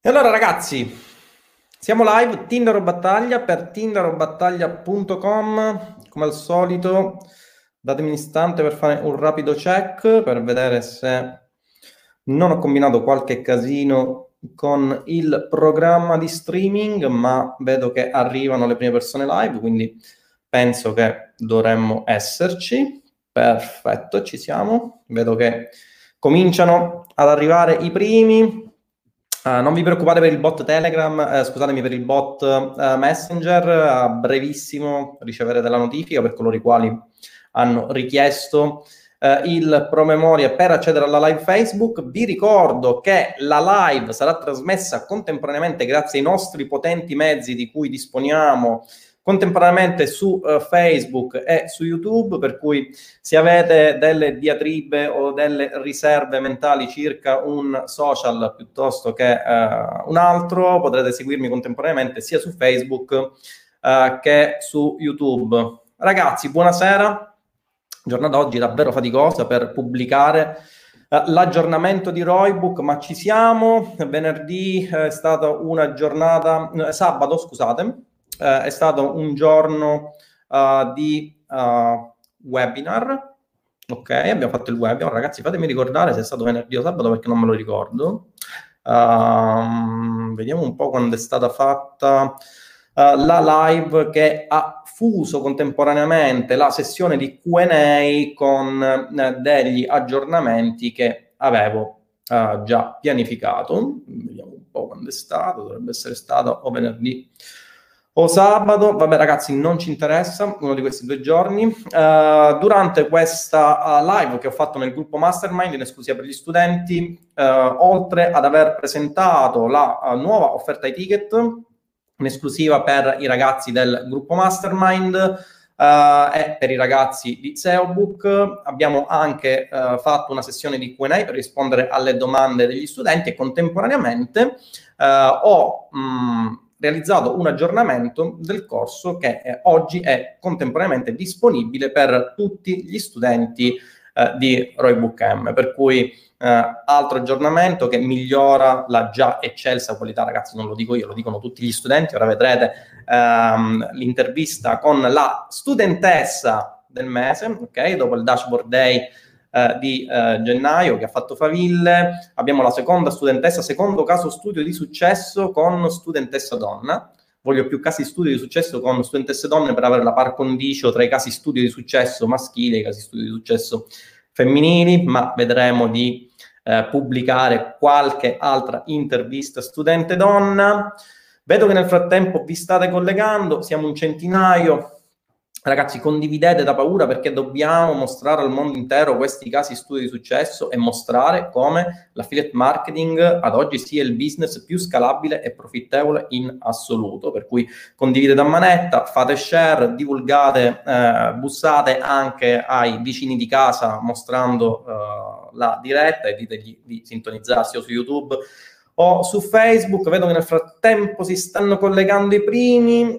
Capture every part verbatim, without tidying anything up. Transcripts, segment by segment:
E allora ragazzi, siamo live, Tinder o Battaglia per tinder o battaglia punto com, come al solito datemi un istante per fare un rapido check, per vedere se non ho combinato qualche casino con il programma di streaming, ma vedo che arrivano le prime persone live, quindi penso che dovremmo esserci. Perfetto, ci siamo, vedo che cominciano ad arrivare i primi. Uh, non vi preoccupate per il bot Telegram, eh, scusatemi per il bot uh, Messenger, a brevissimo riceverete la notifica per coloro i quali hanno richiesto uh, il promemoria per accedere alla live Facebook. Vi ricordo che la live sarà trasmessa contemporaneamente grazie ai nostri potenti mezzi di cui disponiamo contemporaneamente su uh, Facebook e su YouTube, per cui se avete delle diatribe o delle riserve mentali circa un social piuttosto che uh, un altro, potrete seguirmi contemporaneamente sia su Facebook uh, che su YouTube. Ragazzi, buonasera. Giornata oggi davvero faticosa per pubblicare uh, l'aggiornamento di Roybook, ma ci siamo. Venerdì uh, è stata una giornata, uh, sabato scusate, Uh, è stato un giorno uh, di uh, webinar. Ok, abbiamo fatto il webinar. Ragazzi, fatemi ricordare se è stato venerdì o sabato perché non me lo ricordo. Uh, vediamo un po' quando è stata fatta uh, la live che ha fuso contemporaneamente la sessione di Q and A con uh, degli aggiornamenti che avevo uh, già pianificato. Vediamo un po' quando è stato. Dovrebbe essere stato o venerdì o sabato, vabbè ragazzi, non ci interessa, uno di questi due giorni. Uh, durante questa uh, live che ho fatto nel gruppo Mastermind, in esclusiva per gli studenti, uh, oltre ad aver presentato la uh, nuova offerta ai ticket, in esclusiva per i ragazzi del gruppo Mastermind uh, e per i ragazzi di SEObook, abbiamo anche uh, fatto una sessione di Q and A per rispondere alle domande degli studenti e contemporaneamente uh, ho... Mh, realizzato un aggiornamento del corso che eh, oggi è contemporaneamente disponibile per tutti gli studenti eh, di Roybook M, per cui eh, altro aggiornamento che migliora la già eccelsa qualità. Ragazzi, non lo dico io, lo dicono tutti gli studenti. Ora vedrete ehm, l'intervista con la studentessa del mese, ok, dopo il dashboard day Uh, di uh, gennaio che ha fatto faville. Abbiamo la seconda studentessa, secondo caso studio di successo con studentessa donna. Voglio più casi studio di successo con studentesse donne per avere la par condicio tra i casi studio di successo maschili e i casi studio di successo femminili, ma vedremo di uh, pubblicare qualche altra intervista studente donna. Vedo che nel frattempo vi state collegando, siamo un centinaio. Ragazzi, condividete da paura, perché dobbiamo mostrare al mondo intero questi casi studio di successo e mostrare come l'affiliate marketing ad oggi sia il business più scalabile e profittevole in assoluto. Per cui condividete a manetta, fate share, divulgate, eh, bussate anche ai vicini di casa mostrando eh, la diretta e ditegli di sintonizzarsi o su YouTube o su Facebook. Vedo che nel frattempo si stanno collegando i primi.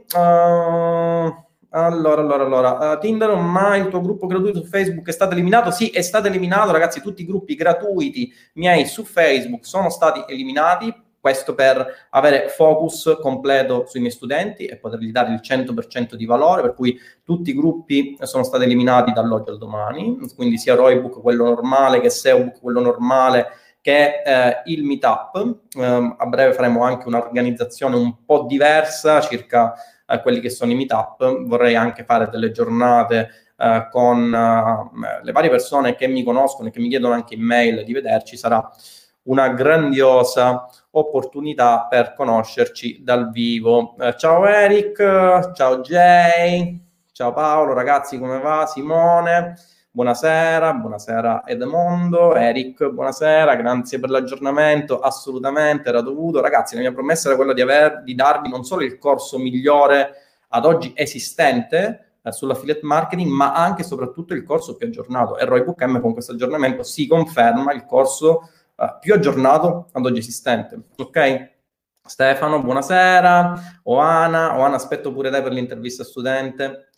Uh... Allora, allora, allora, uh, Tinder, ma il tuo gruppo gratuito su Facebook è stato eliminato? Sì, è stato eliminato, ragazzi. Tutti i gruppi gratuiti miei su Facebook sono stati eliminati, questo per avere focus completo sui miei studenti e potergli dare il cento per cento di valore, per cui tutti i gruppi sono stati eliminati dall'oggi al domani, quindi sia Roybook, quello normale, che SEObook, quello normale, che eh, il meetup. Um, a breve faremo anche un'organizzazione un po' diversa circa a quelli che sono i meetup. Vorrei anche fare delle giornate uh, con uh, le varie persone che mi conoscono e che mi chiedono anche in mail di vederci. Sarà una grandiosa opportunità per conoscerci dal vivo. Uh, ciao Eric, ciao Jay, ciao Paolo, ragazzi, come va? Simone, buonasera, buonasera Edmondo, Eric, buonasera, grazie per l'aggiornamento, assolutamente era dovuto. Ragazzi, la mia promessa era quella di, aver, di darvi non solo il corso migliore ad oggi esistente eh, sull'affiliate marketing, ma anche e soprattutto il corso più aggiornato. E Roybook M con questo aggiornamento si conferma il corso eh, più aggiornato ad oggi esistente, ok? Stefano, buonasera. Oana, Oana, aspetto pure te per l'intervista studente.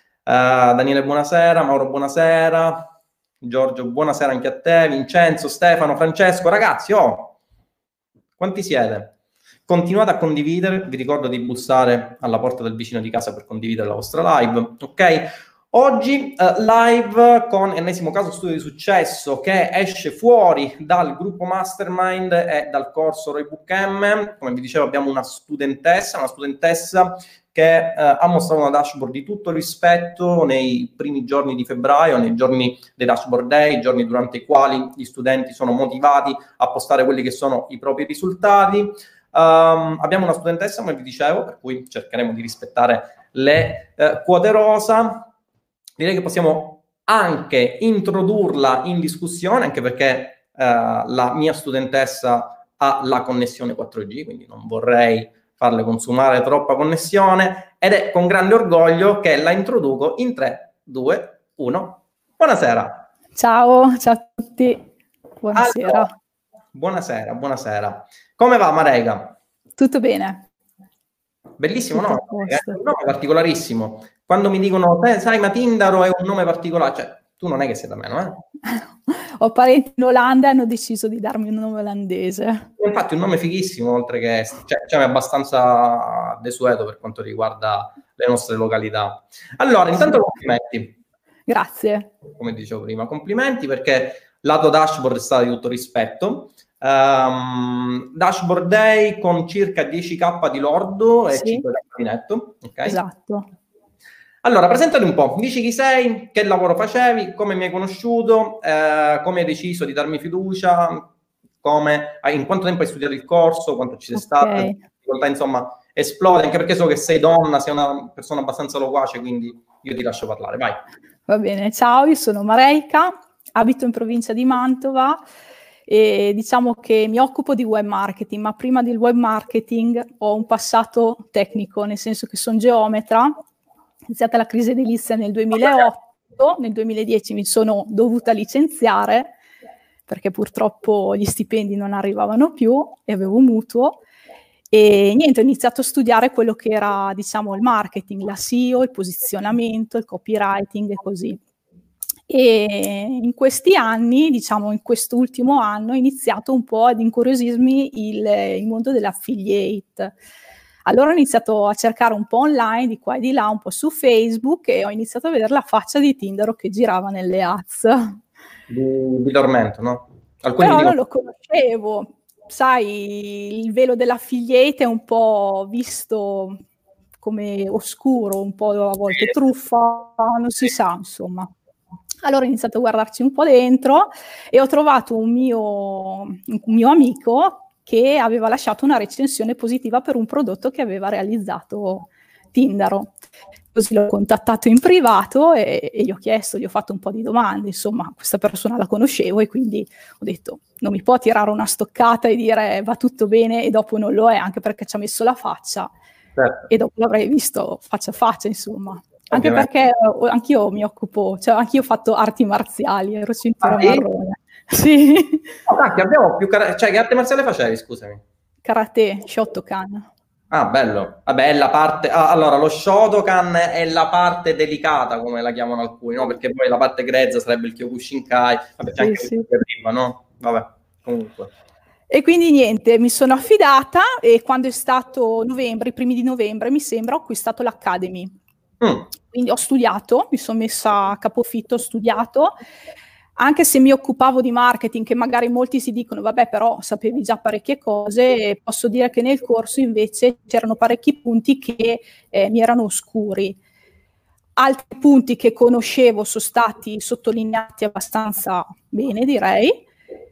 Uh, Daniele, buonasera. Mauro, buonasera. Giorgio, buonasera anche a te. Vincenzo, Stefano, Francesco, ragazzi, oh, quanti siete? continuate a condividere, vi ricordo di bussare alla porta del vicino di casa per condividere la vostra live, ok? Oggi uh, live con ennesimo caso studio di successo che esce fuori dal gruppo Mastermind e dal corso Roybook M. Come vi dicevo, abbiamo una studentessa, una studentessa che uh, ha mostrato una dashboard di tutto rispetto nei primi giorni di febbraio, nei giorni dei dashboard day, i giorni durante i quali gli studenti sono motivati a postare quelli che sono i propri risultati. Um, abbiamo una studentessa, come vi dicevo, per cui cercheremo di rispettare le uh, quote rosa. Direi che possiamo anche introdurla in discussione, anche perché uh, la mia studentessa ha la connessione quattro G, quindi non vorrei farle consumare troppa connessione, ed è con grande orgoglio che la introduco in tre, due, uno. Buonasera. Ciao, ciao a tutti. Buonasera. Allora, buonasera, buonasera. Come va, Marega? Tutto bene. Bellissimo Tutto nome, è un nome particolarissimo. Quando mi dicono, eh, sai, ma Tindaro è un nome particolare, cioè, tu non è che sei da meno, eh? Ho parenti in Olanda e hanno deciso di darmi un nome olandese. Infatti un nome fighissimo, oltre che, cioè, cioè è abbastanza desueto per quanto riguarda le nostre località. Allora, intanto complimenti. Grazie. Come dicevo prima, complimenti perché la tua dashboard è stata di tutto rispetto. Um, dashboard day con circa dieci K di lordo e Sì. cinque K di netto. Okay? Esatto. Allora, presentati un po', dici chi sei, che lavoro facevi, come mi hai conosciuto, eh, come hai deciso di darmi fiducia, come, in quanto tempo hai studiato il corso, quanto ci sei stata, Okay. difficoltà, insomma, esplode, anche perché so che sei donna, sei una persona abbastanza loquace, quindi io ti lascio parlare, vai. Va bene, ciao, io sono Mareika, abito in provincia di Mantova e diciamo che mi occupo di web marketing, ma prima del web marketing ho un passato tecnico, nel senso che sono geometra. È iniziata la crisi edilizia nel duemilaotto, nel duemiladieci mi sono dovuta licenziare perché purtroppo gli stipendi non arrivavano più e avevo un mutuo e niente, ho iniziato a studiare quello che era, diciamo, il marketing, la S E O, il posizionamento, il copywriting e così. E in questi anni, diciamo in quest'ultimo anno, ho iniziato un po' ad incuriosirmi il, il mondo dell'affiliate. Allora ho iniziato a cercare un po' online, di qua e di là, un po' su Facebook e ho iniziato a vedere la faccia di Tindaro che girava nelle ads. Di, di tormento, no? Alcuni Però dicono... non lo conoscevo. Sai, il velo dell'affiliate è un po' visto come oscuro, un po' a volte truffa, non si sa, insomma. Allora ho iniziato a guardarci un po' dentro e ho trovato un mio, un mio amico che aveva lasciato una recensione positiva per un prodotto che aveva realizzato Tindaro. Così l'ho contattato in privato e, e gli ho chiesto, gli ho fatto un po' di domande, insomma questa persona la conoscevo e quindi ho detto non mi può tirare una stoccata e dire va tutto bene e dopo non lo è, anche perché ci ha messo la faccia, certo. E dopo l'avrei visto faccia a faccia, insomma. Anche Ovviamente. Perché anch'io mi occupo, cioè anch'io ho fatto arti marziali, ero cintura ah, marrone. Sì. Oh, dai, abbiamo più cara- cioè che arte marziale facevi, scusami? Karate, Shotokan. Ah, bello. Vabbè, è la parte... Ah, allora, lo Shotokan è la parte delicata, come la chiamano alcuni, no? Perché poi la parte grezza sarebbe il Kyokushinkai. Vabbè, c'è sì, anche sì. Il che arriva, no? Vabbè, comunque. E quindi niente, mi sono affidata e quando è stato novembre, i primi di novembre, mi sembra, ho acquistato l'Academy. Mm. Quindi ho studiato, mi sono messa a capofitto, ho studiato, anche se mi occupavo di marketing, che magari molti si dicono, vabbè, però sapevi già parecchie cose, posso dire che nel corso invece c'erano parecchi punti che eh, mi erano oscuri. Altri punti che conoscevo sono stati sottolineati abbastanza bene, direi.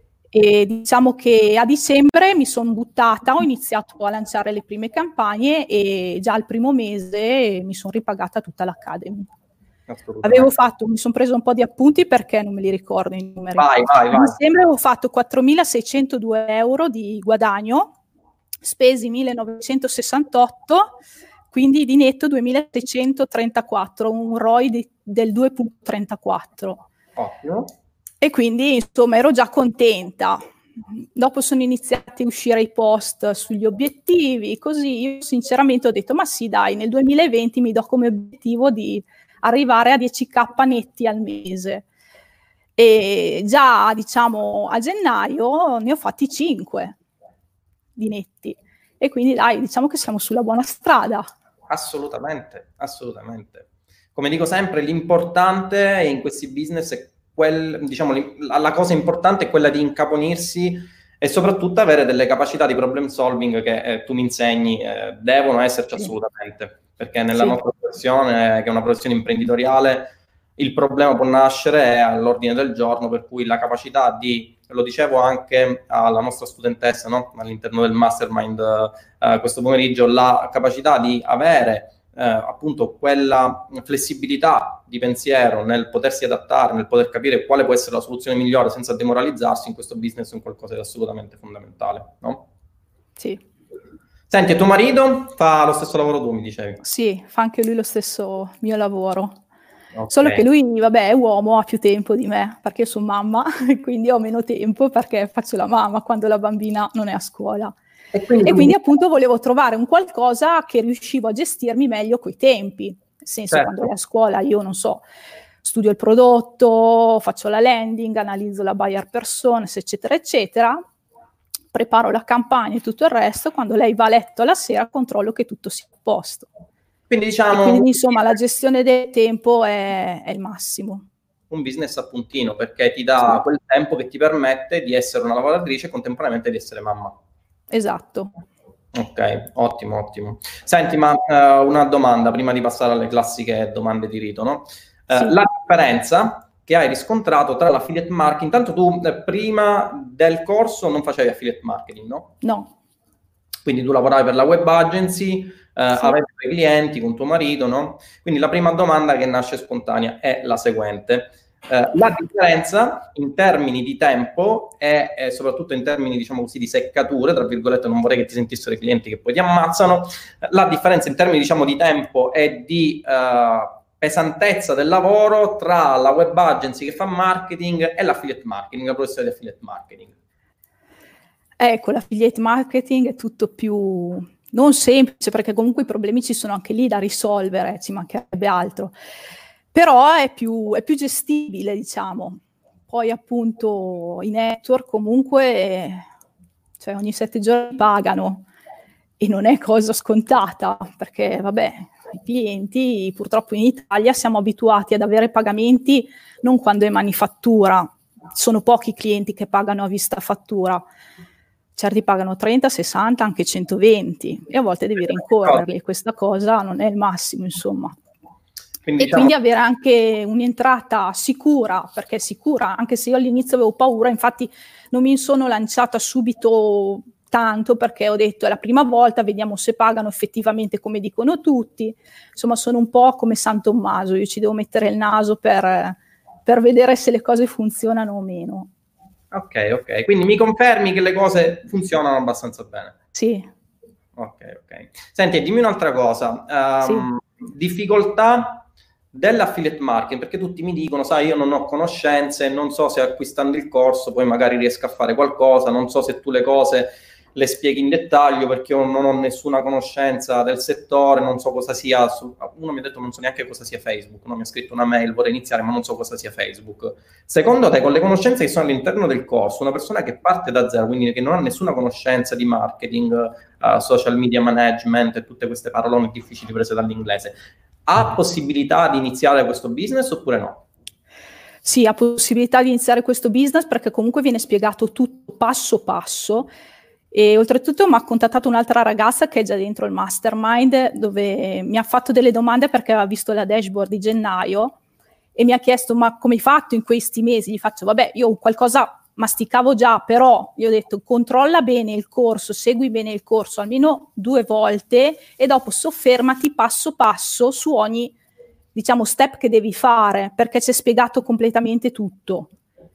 E diciamo che a dicembre mi sono buttata, ho iniziato a lanciare le prime campagne e già al primo mese mi sono ripagata tutta l'Academy. Avevo fatto, mi sono preso un po' di appunti perché non me li ricordo i numeri. Vai, vai, vai. A dicembre avevo fatto quattromilaseicentodue euro di guadagno, spesi millenovecentosessantotto, quindi di netto duemilaseicentotrentaquattro, un R O I di, del due virgola trentaquattro. Ottimo. E quindi, insomma, ero già contenta. Dopo sono iniziati a uscire i post sugli obiettivi, così io sinceramente ho detto, ma sì dai, nel duemilaventi mi do come obiettivo di arrivare a dieci K netti al mese. E già, diciamo, a gennaio ne ho fatti cinque di netti. E quindi dai, diciamo che siamo sulla buona strada. Assolutamente, assolutamente. Come dico sempre, l'importante in questi business è quel, diciamo, la, la cosa importante è quella di incaponirsi e soprattutto avere delle capacità di problem solving che eh, tu mi insegni, eh, devono esserci Sì. assolutamente, perché nella Sì. nostra professione, che è una professione imprenditoriale, il problema può nascere all'ordine del giorno, per cui la capacità di, lo dicevo anche alla nostra studentessa, no? All'interno del mastermind eh, questo pomeriggio, la capacità di avere eh, appunto quella flessibilità di pensiero nel potersi adattare, nel poter capire quale può essere la soluzione migliore senza demoralizzarsi in questo business è un qualcosa di assolutamente fondamentale, no? Sì. Senti, e tuo marito fa lo stesso lavoro tu, mi dicevi? Sì, fa anche lui lo stesso mio lavoro. Okay. Solo che lui, vabbè, è uomo, ha più tempo di me, perché io sono mamma, e quindi ho meno tempo perché faccio la mamma quando la bambina non è a scuola. E quindi, e quindi appunto volevo trovare un qualcosa che riuscivo a gestirmi meglio coi tempi. Nel senso, certo. quando è a scuola io, non so, studio il prodotto, faccio la landing, analizzo la buyer personas, eccetera, eccetera, preparo la campagna e tutto il resto, quando lei va a letto alla sera controllo che tutto sia a posto. Quindi diciamo... E quindi insomma la gestione del tempo è, è il massimo. Un business a puntino, perché ti dà Sì. quel tempo che ti permette di essere una lavoratrice e contemporaneamente di essere mamma. Esatto. Ok, ottimo, ottimo. Senti, ma uh, una domanda prima di passare alle classiche domande di rito, no? Uh, Sì. La differenza che hai riscontrato tra l'affiliate marketing, intanto tu eh, prima del corso non facevi affiliate marketing, no? No. Quindi tu lavoravi per la web agency, eh, Sì. avevi dei clienti con tuo marito, no? Quindi la prima domanda che nasce spontanea è la seguente. Eh, la differenza in termini di tempo e eh, soprattutto in termini, diciamo così, di seccature, tra virgolette, non vorrei che ti sentissero i clienti che poi ti ammazzano, la differenza in termini, diciamo, di tempo e di eh, pesantezza del lavoro tra la web agency che fa marketing e l'affiliate marketing, la professione di affiliate marketing. Ecco, l'affiliate marketing è tutto più non semplice, perché comunque i problemi ci sono anche lì da risolvere, ci mancherebbe altro, però è più, è più gestibile, diciamo. Poi appunto i network comunque, cioè ogni sette giorni pagano e non è cosa scontata, perché vabbè, i clienti purtroppo in Italia siamo abituati ad avere pagamenti non quando è manifattura, sono pochi clienti che pagano a vista fattura. Certi pagano trenta, sessanta, anche centoventi e a volte devi rincorrerli e questa cosa non è il massimo, insomma. Quindi, e diciamo... quindi avere anche un'entrata sicura, perché è sicura, anche se io all'inizio avevo paura, infatti non mi sono lanciata subito tanto perché ho detto è la prima volta, vediamo se pagano effettivamente come dicono tutti, insomma sono un po' come San Tommaso, io ci devo mettere il naso per, per vedere se le cose funzionano o meno. Ok, ok. Quindi mi confermi che le cose funzionano abbastanza bene? Sì. Ok, ok. Senti, dimmi un'altra cosa. Um, sì. Difficoltà dell'affiliate marketing, perché tutti mi dicono, sai, io non ho conoscenze, non so se acquistando il corso poi magari riesco a fare qualcosa, non so se tu le cose le spieghi in dettaglio perché io non ho nessuna conoscenza del settore, non so cosa sia, uno mi ha detto non so neanche cosa sia Facebook, no? Mi ha scritto una mail, vorrei iniziare ma non so cosa sia Facebook. Secondo te, con le conoscenze che sono all'interno del corso, una persona che parte da zero, quindi che non ha nessuna conoscenza di marketing, uh, social media management e tutte queste parolone difficili prese dall'inglese, ha possibilità di iniziare questo business oppure no? Sì, ha possibilità di iniziare questo business perché comunque viene spiegato tutto passo passo. E oltretutto mi ha contattato un'altra ragazza che è già dentro il mastermind, dove mi ha fatto delle domande perché aveva visto la dashboard di gennaio e mi ha chiesto ma come hai fatto in questi mesi? Gli faccio vabbè, io qualcosa masticavo già, però gli ho detto controlla bene il corso, segui bene il corso almeno due volte e dopo soffermati passo passo su ogni, diciamo, step che devi fare, perché c'è spiegato completamente tutto.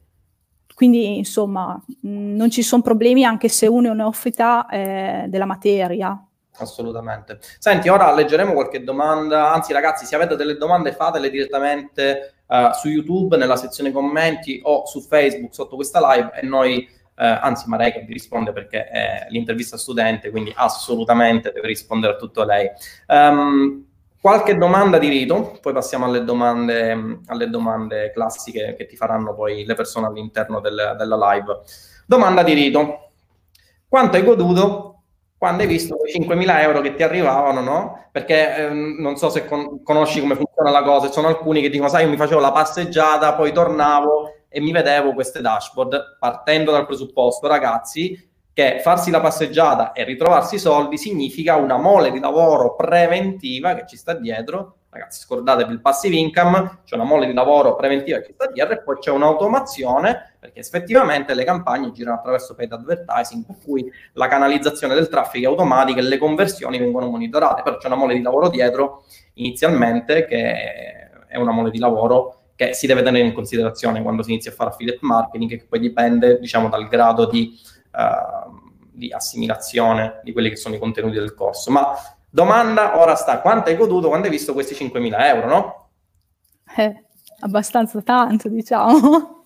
Quindi, insomma, mh, non ci sono problemi anche se uno è un neofita eh, della materia. Assolutamente. Senti, ora leggeremo qualche domanda. Anzi, ragazzi, se avete delle domande fatele direttamente uh, su YouTube, nella sezione commenti o su Facebook sotto questa live e noi, uh, anzi Mareika vi risponde perché è l'intervista studente, quindi assolutamente deve rispondere a tutto lei. Um, Qualche domanda di rito, poi passiamo alle domande, alle domande classiche che ti faranno poi le persone all'interno del, della live. Domanda di rito. Quanto hai goduto quando hai visto quei cinquemila euro che ti arrivavano, no? Perché eh, non so se con- conosci come funziona la cosa, ci sono alcuni che dicono, sai, io mi facevo la passeggiata, poi tornavo e mi vedevo queste dashboard, partendo dal presupposto, ragazzi, che farsi la passeggiata e ritrovarsi i soldi significa una mole di lavoro preventiva che ci sta dietro. Ragazzi, scordatevi il passive income, c'è una mole di lavoro preventiva che ci sta dietro e poi c'è un'automazione, perché effettivamente le campagne girano attraverso paid advertising, per cui la canalizzazione del traffico è automatica e le conversioni vengono monitorate, però c'è una mole di lavoro dietro inizialmente che è una mole di lavoro che si deve tenere in considerazione quando si inizia a fare affiliate marketing, che poi dipende, diciamo, dal grado di, uh, di assimilazione di quelli che sono i contenuti del corso. Ma domanda ora sta, quanto hai goduto quando hai visto questi cinquemila euro, no? Eh, abbastanza tanto, diciamo.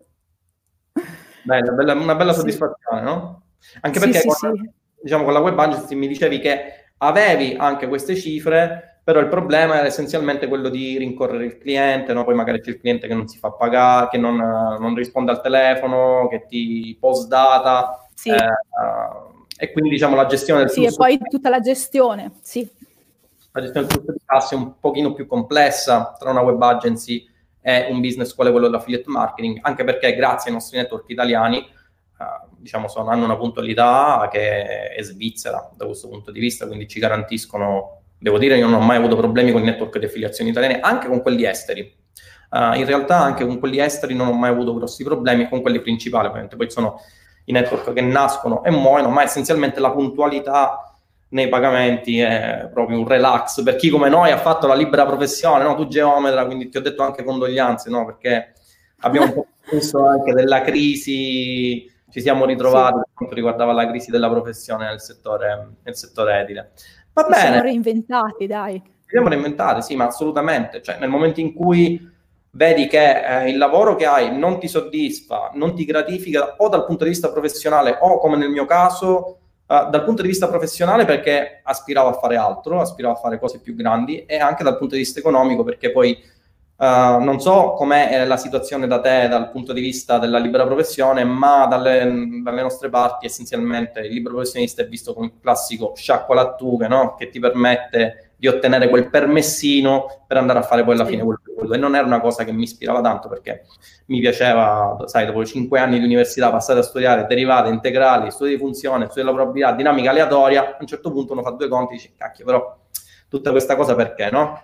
Bella, bella, una bella Sì. soddisfazione, no? Anche Sì, perché sì, con, sì. diciamo, con la web agency mi dicevi che avevi anche queste cifre, però il problema era essenzialmente quello di rincorrere il cliente, no? Poi magari c'è il cliente che non si fa pagare, che non, non risponde al telefono, che ti post data, Sì. eh, uh, e quindi diciamo la gestione del Sì, flusso. e poi tutta la gestione, sì. La gestione del flusso di cassa è un pochino più complessa tra una web agency e un business quale quello dell'affiliate marketing, anche perché grazie ai nostri network italiani uh, diciamo sono, hanno una puntualità che è svizzera da questo punto di vista, quindi ci garantiscono, devo dire, io non ho mai avuto problemi con il network di affiliazioni italiane, anche con quelli esteri. Uh, in realtà anche con quelli esteri non ho mai avuto grossi problemi, con quelli principali ovviamente poi sono i network che nascono e muoiono, ma essenzialmente la puntualità nei pagamenti è proprio un relax per chi come noi ha fatto la libera professione, no? Tu geometra, quindi ti ho detto anche condoglianze, no? Perché abbiamo un po' visto anche della crisi, ci siamo ritrovati sì. Per quanto riguardava la crisi della professione nel settore, nel settore edile. Va ci bene. siamo reinventati, dai. Ci siamo reinventati, sì, ma assolutamente. Cioè, nel momento in cui vedi che eh, il lavoro che hai non ti soddisfa, non ti gratifica o dal punto di vista professionale o come nel mio caso, Uh, dal punto di vista professionale perché aspiravo a fare altro, aspiravo a fare cose più grandi e anche dal punto di vista economico perché poi uh, non so com'è la situazione da te dal punto di vista della libera professione, ma dalle, dalle nostre parti essenzialmente il libero professionista è visto come il classico sciacqualattughe, no? Che ti permette di ottenere quel permessino per andare a fare poi alla sì. fine quello che vuoi. E non era una cosa che mi ispirava tanto perché mi piaceva, sai, dopo cinque anni di università passare a studiare derivate, integrali, studi di funzione, studi della probabilità, dinamica aleatoria, a un certo punto uno fa due conti e dice, cacchio, però tutta questa cosa perché, no?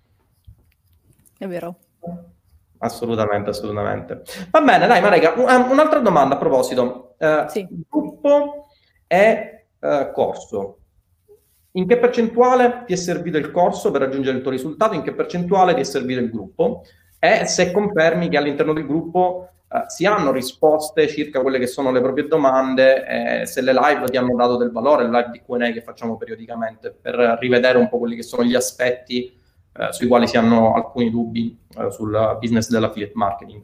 È vero. Assolutamente, assolutamente. Va bene, dai, Marika, un'altra domanda a proposito. Eh, sì. Gruppo e eh, corso. In che percentuale ti è servito il corso per raggiungere il tuo risultato? In che percentuale ti è servito il gruppo? E se confermi che all'interno del gruppo eh, si hanno risposte circa quelle che sono le proprie domande, eh, se le live ti hanno dato del valore, le live di Q and A che facciamo periodicamente per rivedere un po' quelli che sono gli aspetti eh, sui quali si hanno alcuni dubbi eh, sul business dell'affiliate marketing.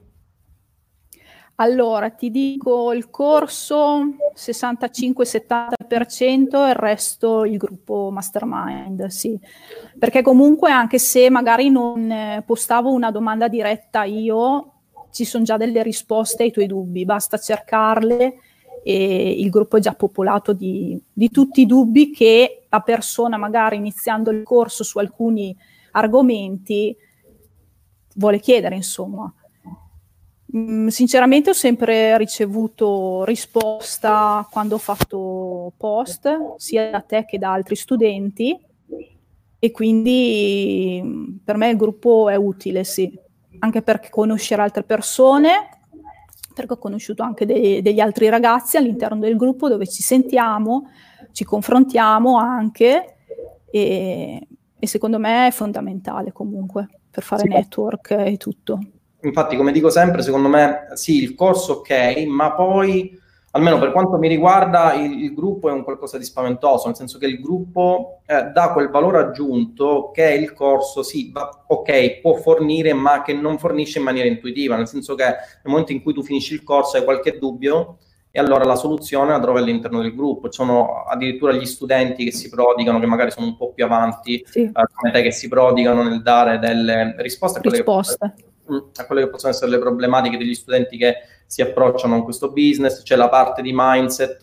Allora, ti dico il corso sessantacinque settanta per cento e il resto il gruppo mastermind, sì. Perché comunque anche se magari non postavo una domanda diretta io, ci sono già delle risposte ai tuoi dubbi, basta cercarle e il gruppo è già popolato di, di tutti i dubbi che la persona magari iniziando il corso su alcuni argomenti vuole chiedere, insomma. Sinceramente ho sempre ricevuto risposta quando ho fatto post, sia da te che da altri studenti, e quindi per me il gruppo è utile, sì, anche per conoscere altre persone, perché ho conosciuto anche dei, degli altri ragazzi all'interno del gruppo dove ci sentiamo, ci confrontiamo anche, e, e secondo me è fondamentale comunque per fare sì. network e tutto. Infatti, come dico sempre, secondo me sì, il corso ok, ma poi, almeno per quanto mi riguarda, il, il gruppo è un qualcosa di spaventoso, nel senso che il gruppo eh, dà quel valore aggiunto che il corso, sì, va, ok, può fornire, ma che non fornisce in maniera intuitiva, nel senso che nel momento in cui tu finisci il corso hai qualche dubbio, e allora la soluzione la trovi all'interno del gruppo. Ci sono addirittura gli studenti che si prodigano, che magari sono un po' più avanti, sì. eh, come te, che si prodigano nel dare delle risposte a quelle risposte. Che a quelle che possono essere le problematiche degli studenti che si approcciano a questo business. C'è la parte di mindset,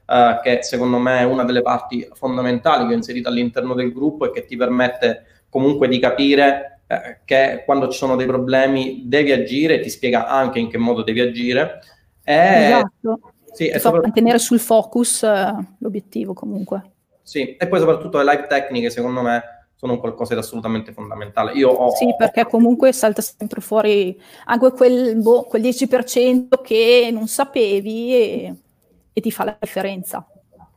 uh, che secondo me è una delle parti fondamentali che ho inserito all'interno del gruppo e che ti permette comunque di capire eh, che quando ci sono dei problemi devi agire, ti spiega anche in che modo devi agire. E, esatto, sì, ti e fa mantenere sul focus eh, l'obiettivo comunque. Sì, e poi soprattutto le live tecniche secondo me sono qualcosa di assolutamente fondamentale. Io ho, sì, perché comunque salta sempre fuori anche quel, boh, quel dieci per cento che non sapevi e, e ti fa la differenza.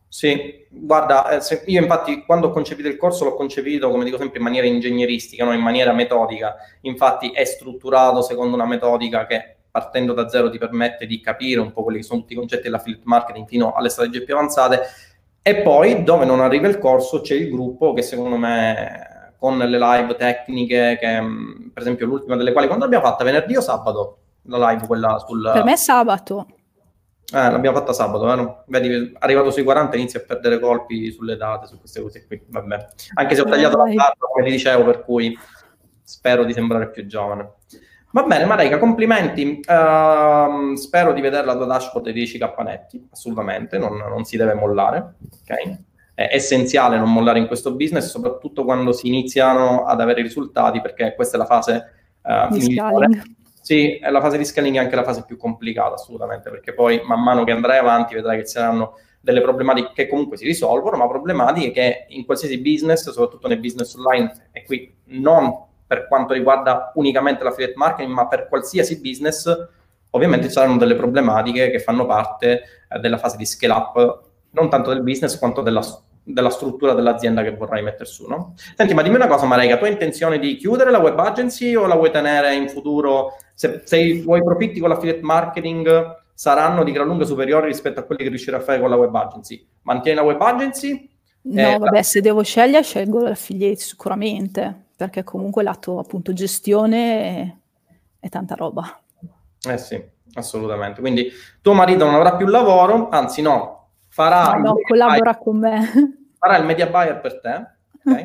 Sì, guarda, eh, se, io infatti quando ho concepito il corso l'ho concepito, come dico sempre, in maniera ingegneristica, non in maniera metodica. Infatti è strutturato secondo una metodica che partendo da zero ti permette di capire un po' quelli che sono tutti i concetti dell'affiliate marketing fino alle strategie più avanzate. E poi, dove non arriva il corso, c'è il gruppo che secondo me, con le live tecniche, che per esempio l'ultima delle quali, quando l'abbiamo fatta? Venerdì o sabato? La live, quella sul... Per me è sabato. Eh, l'abbiamo fatta sabato, vero? Vedi, arrivato sui quaranta inizia a perdere colpi sulle date, su queste cose qui, vabbè. Anche se ho tagliato la barba, come ti dicevo, per cui spero di sembrare più giovane. Va bene, Mareika, complimenti. Uh, spero di vedere la tua dashboard dei dieci cappanetti, assolutamente, non, non si deve mollare, ok? È essenziale non mollare in questo business, soprattutto quando si iniziano ad avere risultati, perché questa è la fase uh, di migliore. Scaling. Sì, è la fase di scaling è anche la fase più complicata, assolutamente, perché poi man mano che andrai avanti vedrai che ci saranno delle problematiche che comunque si risolvono, ma problematiche che in qualsiasi business, soprattutto nei business online, e qui non per quanto riguarda unicamente l'affiliate marketing, ma per qualsiasi business, ovviamente ci saranno delle problematiche che fanno parte eh, della fase di scale up, non tanto del business quanto della, della struttura dell'azienda che vorrai mettere su, no? Senti, ma dimmi una cosa, Mareika, tu hai intenzione di chiudere la web agency o la vuoi tenere in futuro? Se, se i tuoi profitti con l'affiliate marketing saranno di gran lunga superiori rispetto a quelli che riuscirai a fare con la web agency, mantieni la web agency? No, eh, vabbè, se devo scegliere, scelgo l'affiliate sicuramente, perché comunque lato appunto gestione è, è tanta roba. Eh sì, assolutamente. Quindi tuo marito non avrà più lavoro, anzi no, farà, no, no, collabora buyer, con me. Farà il media buyer per te, ok?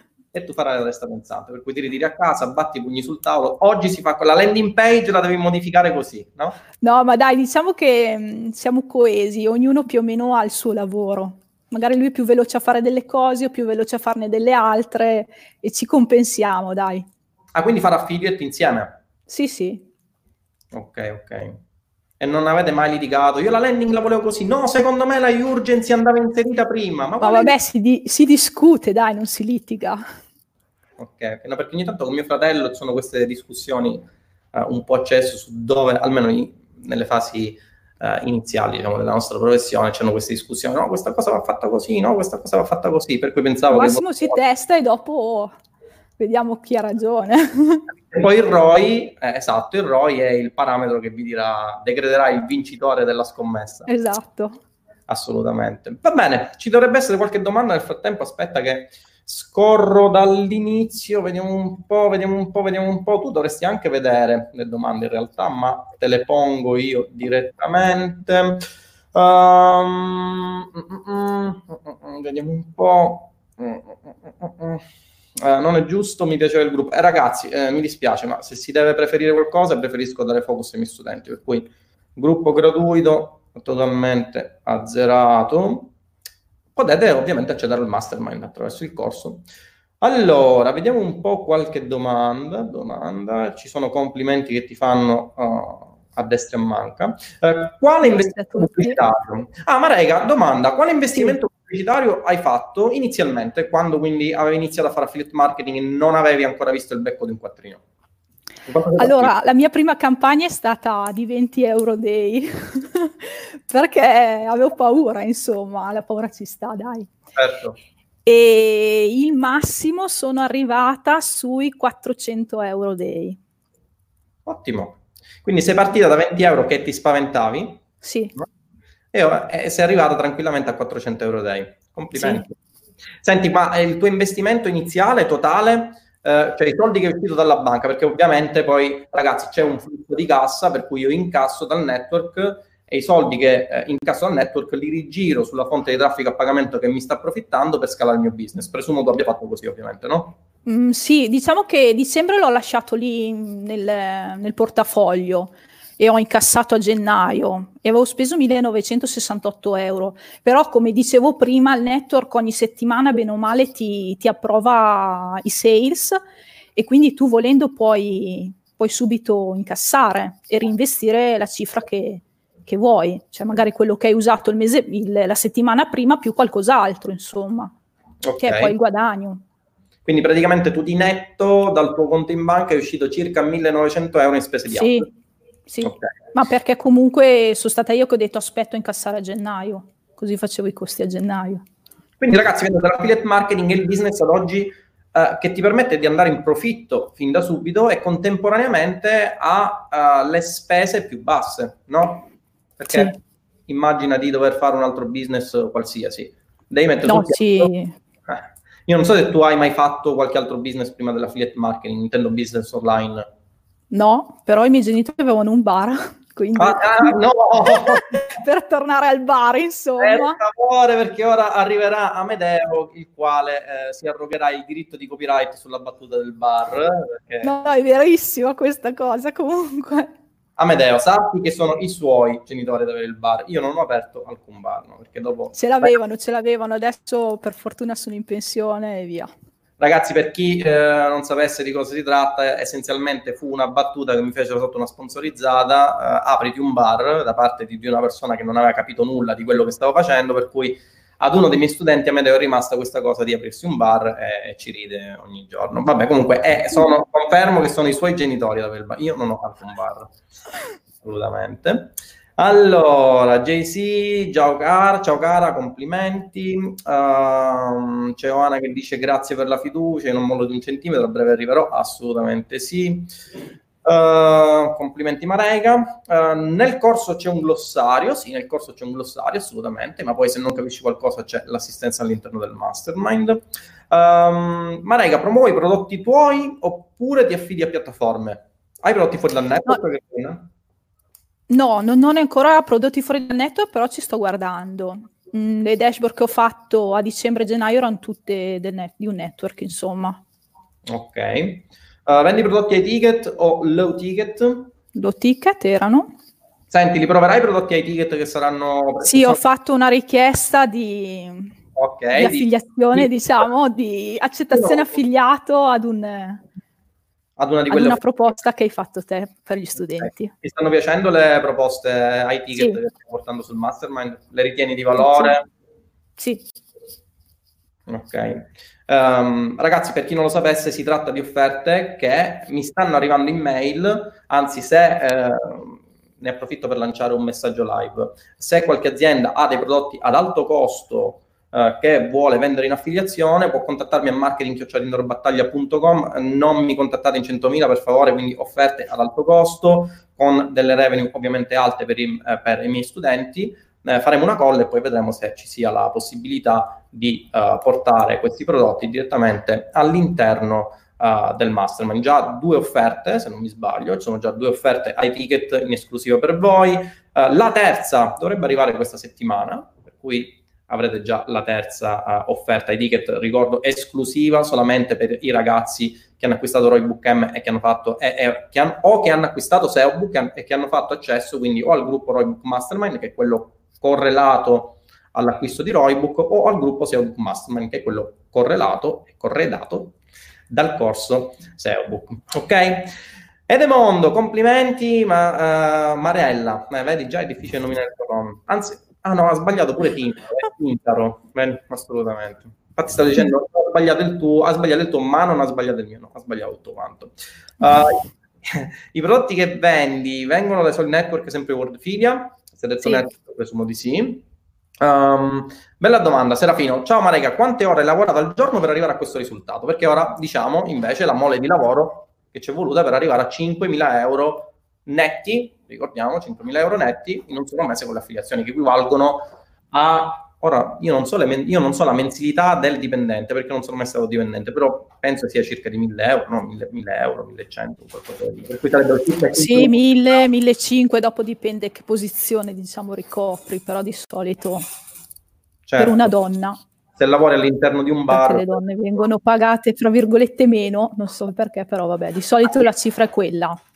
E tu farai la resta pensante, per cui ti ritiri a casa, batti i pugni sul tavolo. Oggi si fa con la landing page, la devi modificare così, no? No, ma dai, diciamo che mh, siamo coesi, ognuno più o meno ha il suo lavoro. Magari lui è più veloce a fare delle cose, io più veloce a farne delle altre e ci compensiamo, dai. Ah, quindi fare affiliate insieme? Sì, sì. Ok, ok. E non avete mai litigato? Io la landing la volevo così. No, secondo me la urgency andava inserita prima. Ma, ma vabbè, si, di- si discute, dai, non si litiga. Ok, no, perché ogni tanto con mio fratello ci sono queste discussioni uh, un po' accese su dove, almeno in, nelle fasi uh, iniziali, diciamo, della nostra professione, c'erano queste discussioni. No, questa cosa va fatta così, no, questa cosa va fatta così. Per cui pensavo Al massimo che... si testa e dopo vediamo chi ha ragione. E poi il R O I, eh, esatto, il R O I è il parametro che vi dirà, decreterà il vincitore della scommessa. Esatto. Assolutamente. Va bene, ci dovrebbe essere qualche domanda nel frattempo, aspetta che scorro dall'inizio, vediamo un po', vediamo un po', vediamo un po'. Tu dovresti anche vedere le domande in realtà, ma te le pongo io direttamente. Um, mm, mm, mm, vediamo un po'. Mm, mm, mm, Uh, non è giusto, mi piaceva il gruppo. Eh, ragazzi, eh, mi dispiace, ma se si deve preferire qualcosa, preferisco dare focus ai miei studenti, per cui gruppo gratuito totalmente azzerato. Potete ovviamente accedere al mastermind attraverso il corso. Allora, vediamo un po' qualche domanda. Domanda. Ci sono complimenti che ti fanno uh, a destra e a manca. Uh, quale investimento pubblicitario? Ah, Mareika, domanda. Quale investimento sì. pubblicitario hai fatto inizialmente, quando quindi avevi iniziato a fare affiliate marketing e non avevi ancora visto il becco di un quattrino? Allora, la mia prima campagna è stata di venti euro day, perché avevo paura, insomma, la paura ci sta, dai. Certo. E il massimo sono arrivata sui quattrocento euro day. Ottimo. Quindi sei partita da venti euro che ti spaventavi? Sì. E, e sei arrivata tranquillamente a quattrocento euro day. Complimenti. Sì. Senti, ma il tuo investimento iniziale, totale... Uh, cioè i soldi che è uscito dalla banca, perché ovviamente poi ragazzi c'è un flusso di cassa per cui io incasso dal network e i soldi che eh, incasso dal network li rigiro sulla fonte di traffico a pagamento che mi sta approfittando per scalare il mio business. Presumo tu abbia fatto così, ovviamente, no? Mm, sì, diciamo che dicembre l'ho lasciato lì nel, nel portafoglio e ho incassato a gennaio e avevo speso millenovecentosessantotto euro, però come dicevo prima il network ogni settimana bene o male ti, ti approva i sales e quindi tu volendo puoi, puoi subito incassare e reinvestire la cifra che, che vuoi, cioè magari quello che hai usato il mese, il, la settimana prima più qualcos'altro, insomma, Ok. che è poi il guadagno. Quindi praticamente tu di netto dal tuo conto in banca è uscito circa millenovecento euro in spese di Sì, app. sì. Okay. Ma perché comunque sono stata io che ho detto aspetto a incassare a gennaio, così facevo i costi a gennaio. Quindi ragazzi, vedete, l'affiliate marketing è il business ad oggi eh, che ti permette di andare in profitto fin da subito e contemporaneamente ha uh, le spese più basse, no? Perché sì. Immagina di dover fare un altro business qualsiasi. Devi mettere no, tutti sì. eh. Io non so se tu hai mai fatto qualche altro business prima dell'affiliate marketing, intendo business online. No, però i miei genitori avevano un bar, quindi ah, ah, no! per tornare al bar, insomma. Per favore, perché ora arriverà Amedeo, il quale eh, si arrogherà il diritto di copyright sulla battuta del bar. Perché... No, no, è verissima questa cosa, comunque. Amedeo, sappi che sono i suoi genitori ad avere il bar. Io non ho aperto alcun bar, no? Perché dopo... Ce l'avevano, ce l'avevano, adesso per fortuna sono in pensione e via. Ragazzi, per chi eh, non sapesse di cosa si tratta, essenzialmente fu una battuta che mi fecero sotto una sponsorizzata, eh, apriti un bar, da parte di, di una persona che non aveva capito nulla di quello che stavo facendo, per cui ad uno dei miei studenti a Amedeo è rimasta questa cosa di aprirsi un bar e, e ci ride ogni giorno. Vabbè, comunque, eh, sono, confermo che sono i suoi genitori ad avere il bar. Io non ho fatto un bar, assolutamente. Allora, J C, ciao cara, ciao cara, complimenti. Uh, c'è Oana che dice grazie per la fiducia, io non mollo di un centimetro, a breve arriverò, assolutamente sì. Uh, complimenti Marega. Uh, nel corso c'è un glossario, sì, nel corso c'è un glossario, assolutamente, ma poi se non capisci qualcosa c'è l'assistenza all'interno del mastermind. Um, Marega, promuovi i prodotti tuoi oppure ti affidi a piattaforme? Hai prodotti fuori dal network? No. No, non ho ancora prodotti fuori dal network, però ci sto guardando. Mm, le dashboard che ho fatto a dicembre-gennaio erano tutte del net, di un network, insomma. Ok. Uh, vendi prodotti high ticket o low ticket? Low ticket erano. Senti, li proverai i prodotti high ticket che saranno... Sì, sono... ho fatto una richiesta di, okay, di affiliazione, di... diciamo, di accettazione no. affiliato ad un... Ad una, di ad quelle una proposta che hai fatto te per gli studenti. Okay. Ti stanno piacendo le proposte high ticket sì. che stai portando sul mastermind? Le ritieni di valore? Sì. sì. Ok. Um, ragazzi, per chi non lo sapesse, si tratta di offerte che mi stanno arrivando in mail, anzi se... Eh, ne approfitto per lanciare un messaggio live. Se qualche azienda ha dei prodotti ad alto costo eh, che vuole vendere in affiliazione, può contattarmi a marketing chiocciola tinder battaglia punto com. Non mi contattate in centomila per favore, quindi offerte ad alto costo con delle revenue ovviamente alte per i, eh, per i miei studenti. Eh, faremo una call e poi vedremo se ci sia la possibilità di uh, portare questi prodotti direttamente all'interno Uh, del mastermind. Già due offerte, se non mi sbaglio, ci sono già due offerte high ticket in esclusiva per voi. Uh, la terza dovrebbe arrivare questa settimana, per cui avrete già la terza uh, offerta high ticket, ricordo, esclusiva solamente per i ragazzi che hanno acquistato Roybook M e che hanno fatto e, e, che hanno, o che hanno acquistato S E O Book e che hanno fatto accesso quindi o al gruppo Roybook Mastermind, che è quello correlato all'acquisto di Roybook, o al gruppo S E O Book Mastermind, che è quello correlato e corredato dal corso S E O Book. Ok? Edemondo, complimenti, ma uh, Marella, eh, vedi già è difficile nominare il tuo nome. Anzi, ah no, ha sbagliato pure Tintaro, eh, Tintaro, beh, assolutamente. Infatti stavo dicendo, ha sbagliato il tuo, ha sbagliato il tuo, ma non ha sbagliato il mio, no, ha sbagliato tutto quanto. Uh, I prodotti che vendi vengono dai soliti network, sempre Wordfilia? Se hai detto sì. Network, presumo di sì. Um, bella domanda, Serafino. Ciao Marega, quante ore hai lavorato al giorno per arrivare a questo risultato? Perché ora diciamo invece la mole di lavoro che ci è voluta per arrivare a cinquemila euro netti, ricordiamo cinquemila euro netti in un solo mese con le affiliazioni, che equivalgono a, ora io non so, le men- io non so la mensilità del dipendente perché non sono mai stato dipendente, però penso sia circa di mille euro, no, mille euro, millecento, qualcosa di, per cui sarebbero circa sì, mille, millecinquecento, dopo dipende che posizione diciamo ricopri, però di solito certo. Per una donna. Se lavori all'interno di un bar... Perché le donne vengono pagate, fra virgolette, meno, non so perché, però vabbè, di solito la cifra è quella.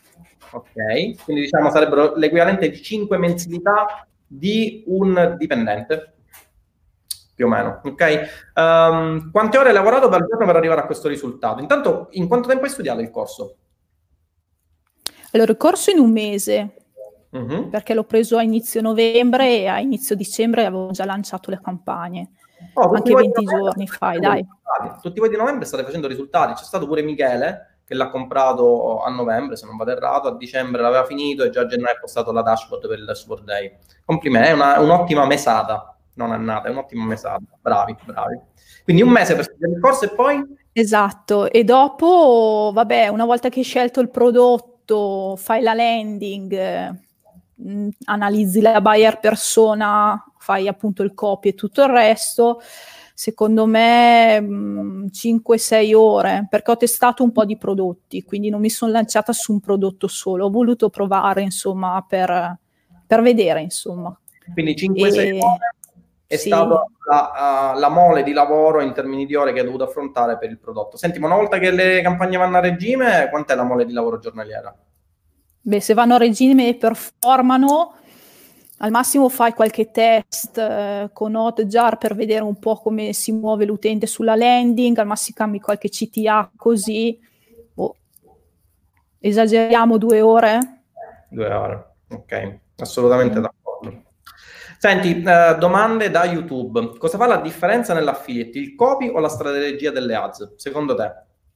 Ok, quindi diciamo sarebbero l'equivalente di cinque mensilità di un dipendente, più o meno, ok? Um, quante ore hai lavorato per giorno per arrivare a questo risultato? Intanto, in quanto tempo hai studiato il corso? Allora, il corso in un mese, Uh-huh. perché l'ho preso a inizio novembre e a inizio dicembre avevo già lanciato le campagne. Oh, tutti Anche voi di venti novembre giorni state fai, facendo dai. risultati. Tutti voi di novembre state facendo risultati. C'è stato pure Michele che l'ha comprato a novembre, se non vado errato, a dicembre l'aveva finito e già a gennaio ha postato la dashboard per il Super Day. Complimenti, è una- un'ottima mesata, non annata, è un'ottima mesata. Bravi, bravi. Quindi un mese per studiare il corso e poi? Esatto, e dopo, vabbè, una volta che hai scelto il prodotto, fai la landing, eh, mh, analizzi la buyer persona, fai appunto il copy e tutto il resto, secondo me mh, cinque sei ore, perché ho testato un po' di prodotti, quindi non mi sono lanciata su un prodotto solo, ho voluto provare, insomma, per, per vedere, insomma. Quindi cinque sei E ore è sì. stata la, uh, la mole di lavoro in termini di ore che hai dovuto affrontare per il prodotto. Senti, ma una volta che le campagne vanno a regime, quant'è la mole di lavoro giornaliera? Beh, se vanno a regime e performano, al massimo fai qualche test eh, con Hotjar per vedere un po' come si muove l'utente sulla landing, al massimo cambi qualche C T A così. Boh. Esageriamo due ore? Due ore, ok, assolutamente Mm. d'accordo. Senti, eh, domande da YouTube. Cosa fa la differenza nell'affiliate? Il copy o la strategia delle ads, secondo te?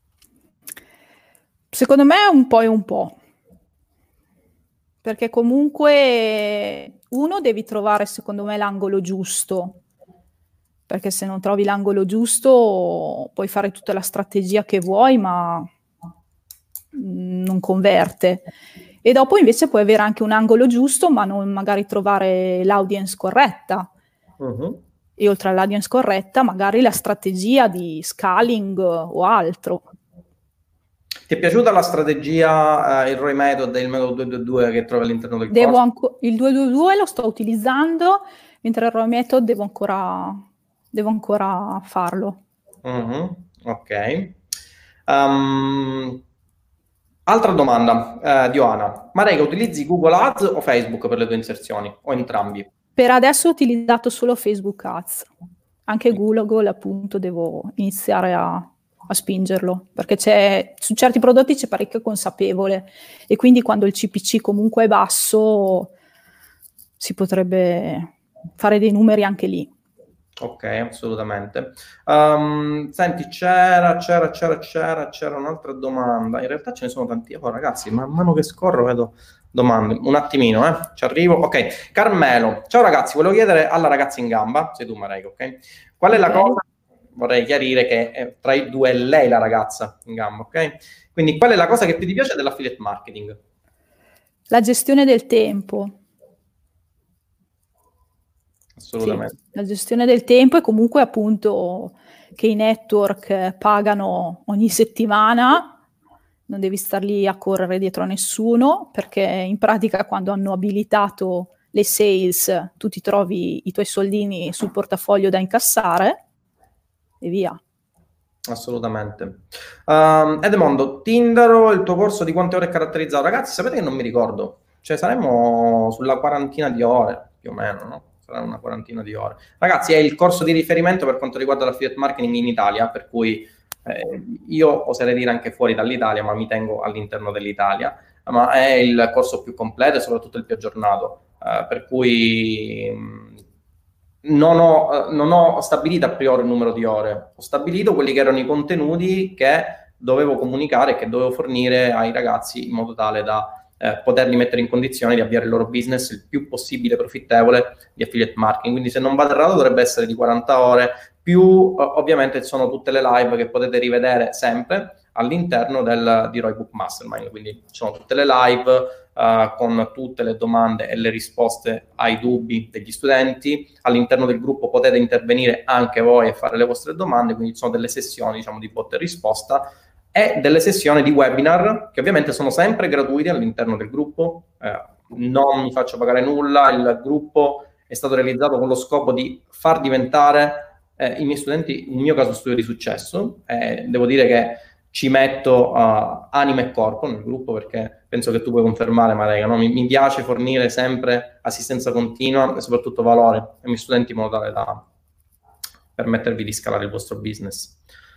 Secondo me un po' e un po'. Perché comunque uno devi trovare, secondo me, l'angolo giusto. Perché se non trovi l'angolo giusto puoi fare tutta la strategia che vuoi, ma mh, non converte. E dopo invece puoi avere anche un angolo giusto, ma non magari trovare l'audience corretta. Uh-huh. E oltre all'audience corretta, magari la strategia di scaling o altro. Ti è piaciuta la strategia, eh, il R O I method e il metodo due due due che trovi all'interno del Devo corso? anco- il due due due lo sto utilizzando, mentre il R O I method devo ancora, devo ancora farlo. Mhm, ok. Um, altra domanda eh, di Ioana. Mareika, utilizzi Google Ads o Facebook per le tue inserzioni? O entrambi? Per adesso ho utilizzato solo Facebook Ads. Anche Google, appunto, devo iniziare a, a spingerlo, perché c'è, su certi prodotti c'è parecchio consapevole e quindi quando il C P C comunque è basso si potrebbe fare dei numeri anche lì. Ok, assolutamente. Um, senti, c'era, c'era, c'era, c'era, c'era un'altra domanda. In realtà ce ne sono tanti. Oh, ragazzi, man mano che scorro vedo domande. Un attimino, eh. Ci arrivo. Ok, Carmelo. Ciao ragazzi, volevo chiedere alla ragazza in gamba, sei tu Mareika, ok? Qual è la Ok. cosa, vorrei chiarire che eh, tra i due è lei la ragazza in gamba, ok? Quindi qual è la cosa che più ti piace dell'affiliate marketing? La gestione del tempo. Sì, Assolutamente. la gestione del tempo e comunque appunto che i network pagano ogni settimana, non devi star lì a correre dietro a nessuno, perché in pratica quando hanno abilitato le sales tu ti trovi i tuoi soldini sul portafoglio da incassare e via. Assolutamente. Um, Edmondo, Tindaro, il tuo corso di quante ore è caratterizzato? Ragazzi, sapete che non mi ricordo. Cioè, saremmo sulla quarantina di ore, più o meno, no? Sarà una quarantina di ore. Ragazzi, è il corso di riferimento per quanto riguarda l'affiliate marketing in Italia, per cui eh, io oserei dire anche fuori dall'Italia, ma mi tengo all'interno dell'Italia. Ma è il corso più completo e soprattutto il più aggiornato. Uh, per cui... Mh, non ho, non ho stabilito a priori il numero di ore, ho stabilito quelli che erano i contenuti che dovevo comunicare e che dovevo fornire ai ragazzi in modo tale da eh, poterli mettere in condizione di avviare il loro business il più possibile profittevole di affiliate marketing. Quindi se non vado errato dovrebbe essere di quaranta ore, più eh, ovviamente sono tutte le live che potete rivedere sempre all'interno del, di Roy Book Mastermind. Quindi ci sono tutte le live Uh, con tutte le domande e le risposte ai dubbi degli studenti. All'interno del gruppo potete intervenire anche voi e fare le vostre domande, quindi ci sono delle sessioni, diciamo, di botta e risposta e delle sessioni di webinar che ovviamente sono sempre gratuiti all'interno del gruppo. Eh, non mi faccio pagare nulla, il gruppo è stato realizzato con lo scopo di far diventare eh, i miei studenti, nel mio caso, studio di successo. Eh, devo dire che ci metto uh, anima e corpo nel gruppo, perché penso che tu puoi confermare, Marega, no? mi, mi piace fornire sempre assistenza continua e soprattutto valore ai miei studenti in modo tale da permettervi di scalare il vostro business.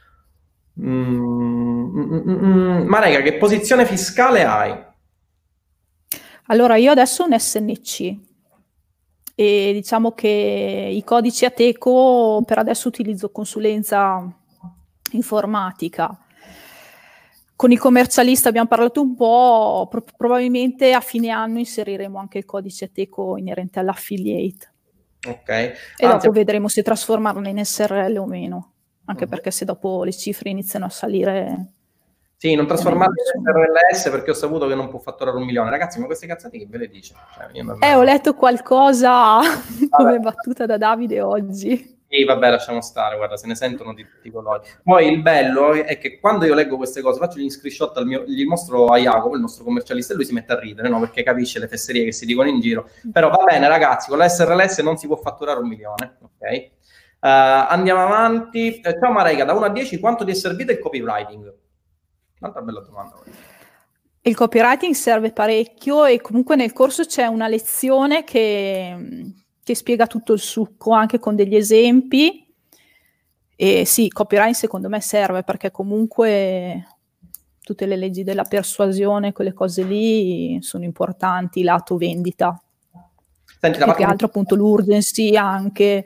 Mm, mm, mm, mm. Marega, che posizione fiscale hai? Allora, io adesso ho un S N C e diciamo che i codici Ateco per adesso utilizzo consulenza informatica. Con il commercialista abbiamo parlato un po', pro- probabilmente a fine anno inseriremo anche il codice Ateco inerente all'affiliate. Ok. E Anzi, dopo vedremo se trasformarlo in S R L o meno, anche uh-huh. perché se dopo le cifre iniziano a salire... Sì, non trasformarlo in R L S perché ho saputo che non può fatturare un milione. Ragazzi, ma queste cazzate che ve le dice? Cioè, io davvero... Eh, ho letto qualcosa come battuta da Davide oggi. Sì, vabbè, lasciamo stare, guarda, se ne sentono di tutti i colori. Poi il bello è che quando io leggo queste cose, faccio gli screenshot, al mio, gli mostro a Jacopo, il nostro commercialista, e lui si mette a ridere, no? Perché capisce le fesserie che si dicono in giro. Però va bene, ragazzi, con la S R L S non si può fatturare un milione, ok? Uh, andiamo avanti. Eh, ciao Marega, da uno a dieci quanto ti è servito il copywriting? Un'altra bella domanda. Il copywriting serve parecchio e comunque nel corso c'è una lezione che, che spiega tutto il succo, anche con degli esempi. E sì, copywriting secondo me serve perché comunque tutte le leggi della persuasione, quelle cose lì sono importanti, lato vendita. Senti, e che altro appunto l'urgency anche...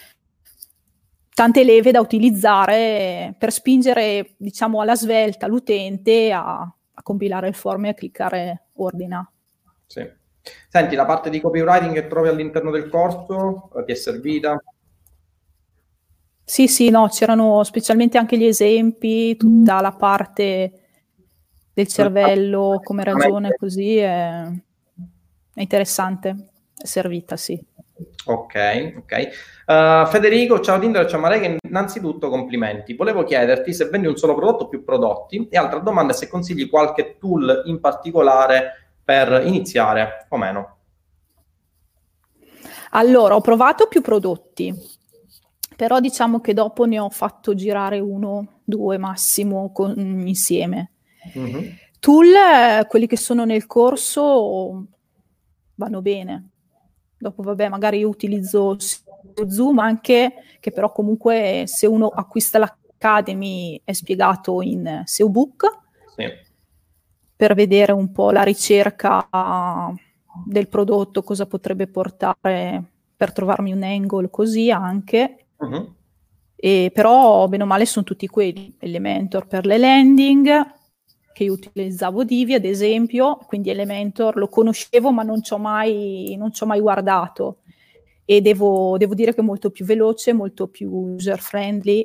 tante leve da utilizzare per spingere, diciamo, alla svelta l'utente a, a compilare il form e a cliccare ordina. Sì. Senti, la parte di copywriting che trovi all'interno del corso ti è servita? Sì, sì, no, c'erano specialmente anche gli esempi, tutta la parte del cervello, come ragiona e così, è, è interessante, è servita, sì. Ok, ok. Uh, Federico, ciao Tinder, ciao Marega, innanzitutto complimenti. Volevo chiederti se vendi un solo prodotto o più prodotti, e altra domanda è se consigli qualche tool in particolare per iniziare o meno. Allora, ho provato più prodotti, però diciamo che dopo ne ho fatto girare uno, due massimo con, insieme. Mm-hmm. Tool, eh, quelli che sono nel corso vanno bene. Dopo, vabbè, magari io utilizzo Zoom anche, che però comunque se uno acquista l'Academy è spiegato in S E O Book, sì, per vedere un po' la ricerca del prodotto, cosa potrebbe portare, per trovarmi un angle così anche. Uh-huh. E però, bene o male, sono tutti quelli. Elementor per le landing, che io utilizzavo Divi ad esempio, quindi Elementor lo conoscevo ma non ci ho mai, non ci ho mai guardato e devo, devo dire che è molto più veloce, molto più user friendly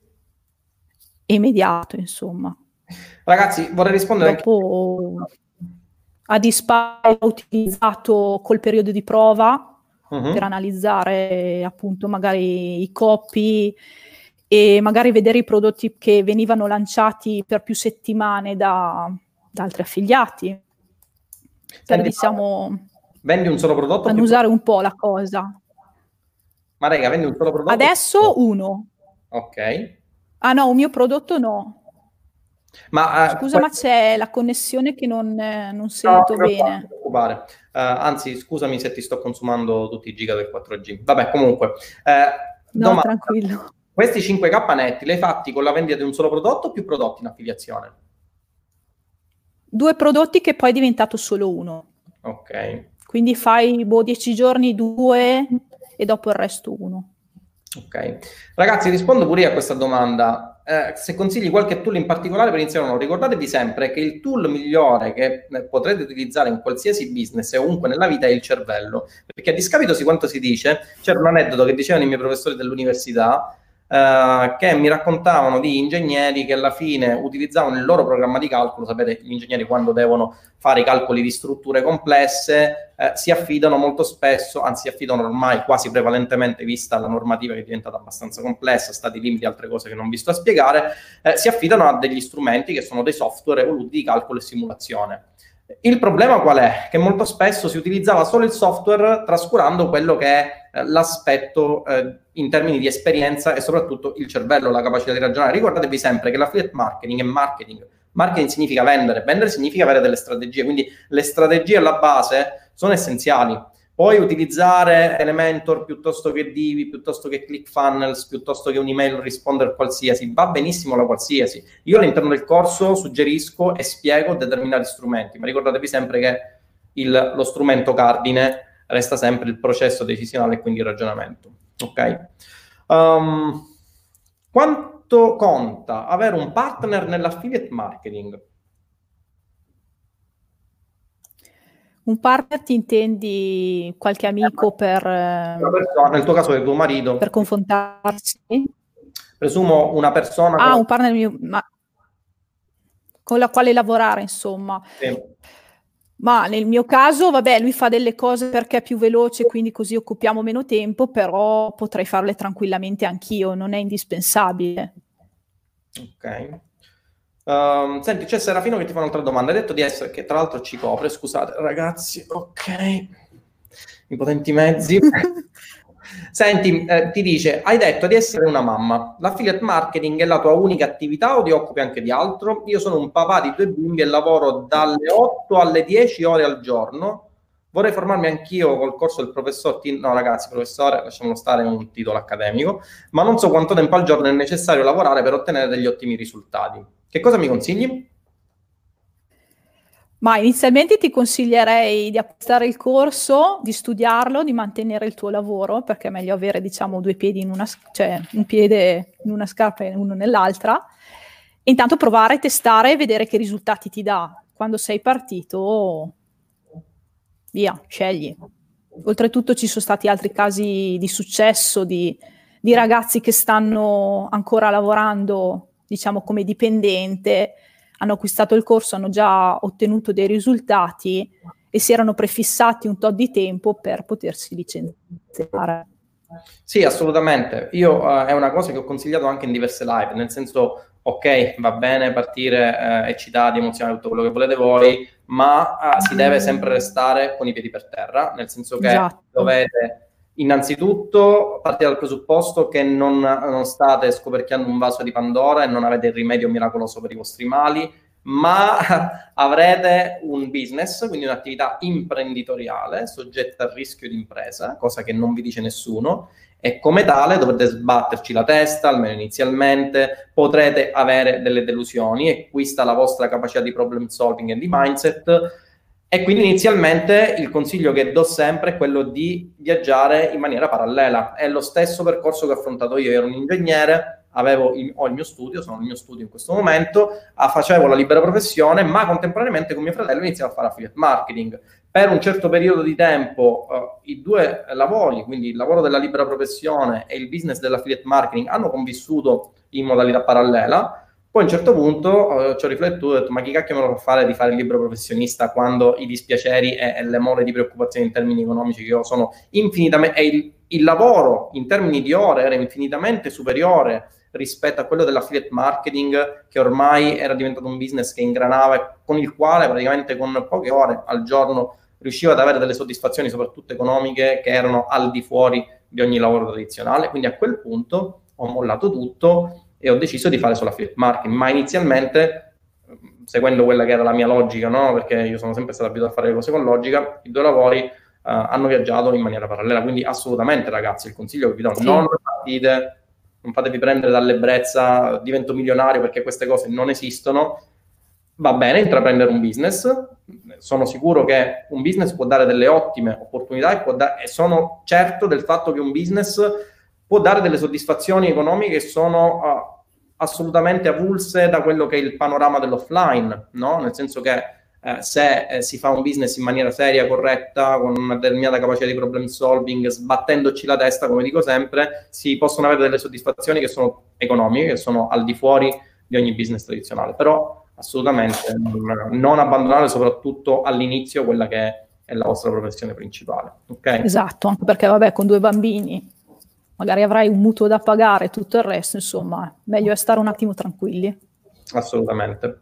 e immediato, insomma. Ragazzi, vorrei rispondere dopo anche... Adispire ho utilizzato col periodo di prova uh-huh. per analizzare appunto magari i copy e magari vedere i prodotti che venivano lanciati per più settimane da, da altri affiliati. Senti, per diciamo vendi un solo prodotto? Annusare un po' la cosa. Ma raga, vendi un solo prodotto? Adesso uno. Ok. Ah no, un mio prodotto no. Ma, uh, Scusa, poi... ma c'è la connessione che non, eh, non sento no, bene. Non ti preoccupare. Uh, anzi, scusami se ti sto consumando tutti i giga del quattro G. Vabbè, comunque. Uh, no, domanda. Tranquillo. Questi cinque K netti li hai fatti con la vendita di un solo prodotto o più prodotti in affiliazione? Due prodotti che poi è diventato solo uno. Ok. Quindi fai boh, dieci giorni, due e dopo il resto uno. Ok. Ragazzi, rispondo pure io a questa domanda. Eh, se consigli qualche tool in particolare per iniziare o no, ricordatevi sempre che il tool migliore che potrete utilizzare in qualsiasi business e ovunque nella vita è il cervello. Perché a discapito di quanto si dice, c'era un aneddoto che dicevano i miei professori dell'università, Uh, che mi raccontavano di ingegneri che alla fine utilizzavano il loro programma di calcolo. Sapete, gli ingegneri quando devono fare i calcoli di strutture complesse eh, si affidano molto spesso, anzi si affidano ormai quasi prevalentemente, vista la normativa che è diventata abbastanza complessa, stati limiti, altre cose che non vi sto a spiegare, eh, si affidano a degli strumenti che sono dei software evoluti di calcolo e simulazione. Il problema qual è? Che molto spesso si utilizzava solo il software trascurando quello che è eh, l'aspetto eh, in termini di esperienza e soprattutto il cervello, la capacità di ragionare. Ricordatevi sempre che l'affiliate marketing è marketing. Marketing significa vendere, vendere significa avere delle strategie, quindi le strategie alla base sono essenziali. Poi utilizzare Elementor piuttosto che Divi, piuttosto che ClickFunnels, piuttosto che un'email responder qualsiasi, va benissimo la qualsiasi. Io all'interno del corso suggerisco e spiego determinati strumenti, ma ricordatevi sempre che il, lo strumento cardine resta sempre il processo decisionale e quindi il ragionamento. Ok? Um, quanto conta avere un partner nell'affiliate marketing? Un partner ti intendi qualche amico per... Una persona, nel tuo caso è tuo marito. Per confrontarsi? Presumo una persona... Ah, con... un partner mio, ma... con la quale lavorare, insomma. Sì. Ma nel mio caso, vabbè, lui fa delle cose perché è più veloce, quindi così occupiamo meno tempo, però potrei farle tranquillamente anch'io, non è indispensabile. Ok. Um, senti, c'è Serafino che ti fa un'altra domanda. Hai detto di essere, che tra l'altro ci copre, scusate ragazzi, ok, i potenti mezzi. Senti, eh, ti dice, hai detto di essere una mamma, l'affiliate marketing è la tua unica attività o ti occupi anche di altro? Io sono un papà di due bimbi e lavoro dalle otto alle dieci ore al giorno. Vorrei formarmi anch'io col corso del professor T... No ragazzi, professore, lasciamolo stare, è un titolo accademico, ma non so quanto tempo al giorno è necessario lavorare per ottenere degli ottimi risultati. Che cosa mi consigli? Ma inizialmente ti consiglierei di acquistare il corso, di studiarlo, di mantenere il tuo lavoro, perché è meglio avere, diciamo, due piedi in una, cioè un piede in una scarpa e uno nell'altra. E intanto provare, testare e vedere che risultati ti dà. Quando sei partito, via, scegli. Oltretutto ci sono stati altri casi di successo di, di ragazzi che stanno ancora lavorando, diciamo, come dipendente, hanno acquistato il corso, hanno già ottenuto dei risultati e si erano prefissati un tot di tempo per potersi licenziare. Sì, assolutamente. Io uh, è una cosa che ho consigliato anche in diverse live, nel senso, ok, va bene partire eh, eccitati, emozionati, tutto quello che volete voi, ma uh, si deve sempre restare con i piedi per terra, nel senso che Esatto. dovete innanzitutto partire dal presupposto che non, non state scoperchiando un vaso di Pandora e non avete il rimedio miracoloso per i vostri mali, ma avrete un business, quindi un'attività imprenditoriale soggetta al rischio di impresa, cosa che non vi dice nessuno, e come tale dovrete sbatterci la testa, almeno inizialmente, potrete avere delle delusioni e qui sta la vostra capacità di problem solving e di mindset. E quindi inizialmente il consiglio che do sempre è quello di viaggiare in maniera parallela. È lo stesso percorso che ho affrontato io. Io ero un ingegnere, avevo il, ho il mio studio, sono nel mio studio in questo momento, ah, facevo la libera professione, ma contemporaneamente con mio fratello iniziavo a fare affiliate marketing. Per un certo periodo di tempo uh, i due lavori, quindi il lavoro della libera professione e il business dell'affiliate marketing, hanno convissuto in modalità parallela. Poi a un certo punto eh, ci ho riflettuto e ho detto, ma chi cacchio me lo fa fare di fare il libero professionista quando i dispiaceri e, e le more di preoccupazioni in termini economici che io sono infinitamente, e il, il lavoro in termini di ore era infinitamente superiore rispetto a quello dell'affiliate marketing, che ormai era diventato un business che ingranava e con il quale praticamente con poche ore al giorno riuscivo ad avere delle soddisfazioni soprattutto economiche che erano al di fuori di ogni lavoro tradizionale. Quindi a quel punto ho mollato tutto e ho deciso di fare solo affiliate marketing, ma inizialmente, seguendo quella che era la mia logica, no? Perché io sono sempre stato abituato a fare le cose con logica, i due lavori uh, hanno viaggiato in maniera parallela, quindi assolutamente ragazzi, il consiglio che vi do, sì. non partite, non fatevi prendere dall'ebbrezza, divento milionario, perché queste cose non esistono. Va bene intraprendere un business, sono sicuro che un business può dare delle ottime opportunità e, può da- e sono certo del fatto che un business può dare delle soddisfazioni economiche che sono uh, assolutamente avulse da quello che è il panorama dell'offline, no? Nel senso che eh, se eh, si fa un business in maniera seria, corretta, con una determinata capacità di problem solving, sbattendoci la testa, come dico sempre, si possono avere delle soddisfazioni che sono economiche, che sono al di fuori di ogni business tradizionale. Però assolutamente non, non abbandonare soprattutto all'inizio quella che è la vostra professione principale. Okay? Esatto, anche perché vabbè, con due bambini magari avrai un mutuo da pagare e tutto il resto, insomma, meglio è stare un attimo tranquilli. Assolutamente.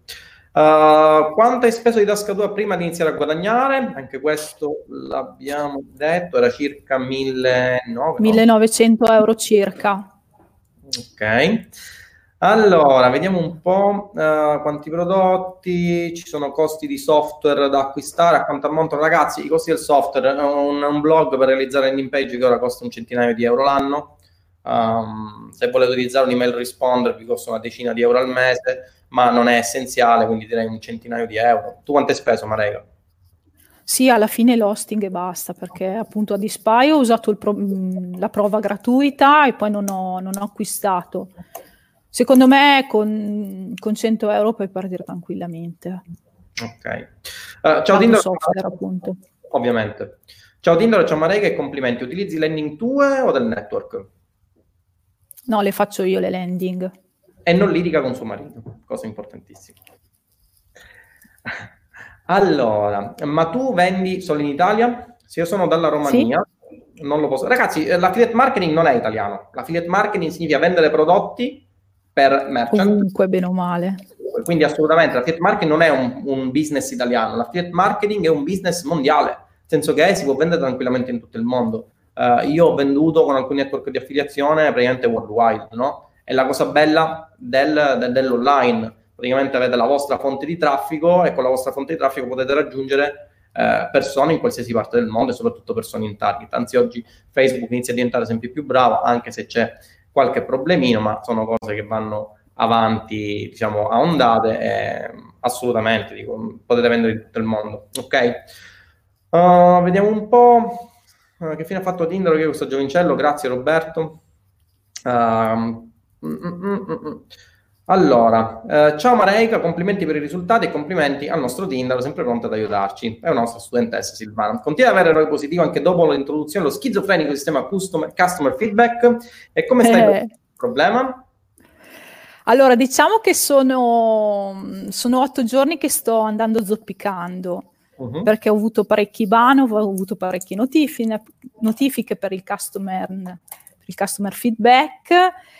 Uh, quanto hai speso di tasca tua prima di iniziare a guadagnare? Anche questo l'abbiamo detto, era circa millenovecento, millenovecento euro circa. Ok. Allora, vediamo un po' uh, quanti prodotti, ci sono costi di software da acquistare, a quanto ammontano. Ragazzi, i costi del software, un, un blog per realizzare landing page che ora costa un centinaio di euro l'anno. Um, se volete utilizzare un email responder vi costa una decina di euro al mese, ma non è essenziale, quindi direi un centinaio di euro. Tu quanto hai speso, Marega? Sì, alla fine l'hosting e basta, perché appunto a Dispy ho usato il pro- la prova gratuita e poi non ho, non ho acquistato. Secondo me con, con cento euro puoi partire tranquillamente. Ok. Uh, ciao Tinder. Software, appunto. Ovviamente. Ciao Tinder, ciao Marega e complimenti. Utilizzi landing tue o del network? No, le faccio io le landing. E non litiga con suo marito, cosa importantissima. Allora, ma tu vendi solo in Italia? Se io sono dalla Romania, sì? Non lo posso. Ragazzi, l'affiliate marketing non è italiano. L'affiliate marketing significa vendere prodotti per merchant. Comunque, bene o male. Quindi assolutamente l'affiliate marketing non è un, un business italiano. L'affiliate marketing è un business mondiale, nel senso che si può vendere tranquillamente in tutto il mondo. Uh, io ho venduto con alcuni network di affiliazione praticamente worldwide, no? È la cosa bella del, del, dell'online. Praticamente avete la vostra fonte di traffico e con la vostra fonte di traffico potete raggiungere eh, persone in qualsiasi parte del mondo e soprattutto persone in target. Anzi, oggi Facebook inizia a diventare sempre più bravo, anche se c'è qualche problemino, ma sono cose che vanno avanti, diciamo, a ondate e assolutamente, dico, potete vendere in tutto il mondo. Ok? Uh, vediamo un po'. Uh, che fine ha fatto Tinder? Che questo giovincello? Grazie Roberto. Uh, mm, mm, mm, mm. Allora, eh, ciao Mareika, complimenti per i risultati e complimenti al nostro Tinder, sempre pronto ad aiutarci. È una nostra studentessa Silvana. Continua ad avere errori positivo anche dopo l'introduzione dello schizofrenico sistema customer, customer feedback. E come stai eh. il problema? Allora, diciamo che sono, sono otto giorni che sto andando zoppicando. Uh-huh. Perché ho avuto parecchi ban, ho avuto parecchie notifiche, notifiche per il customer, per il customer feedback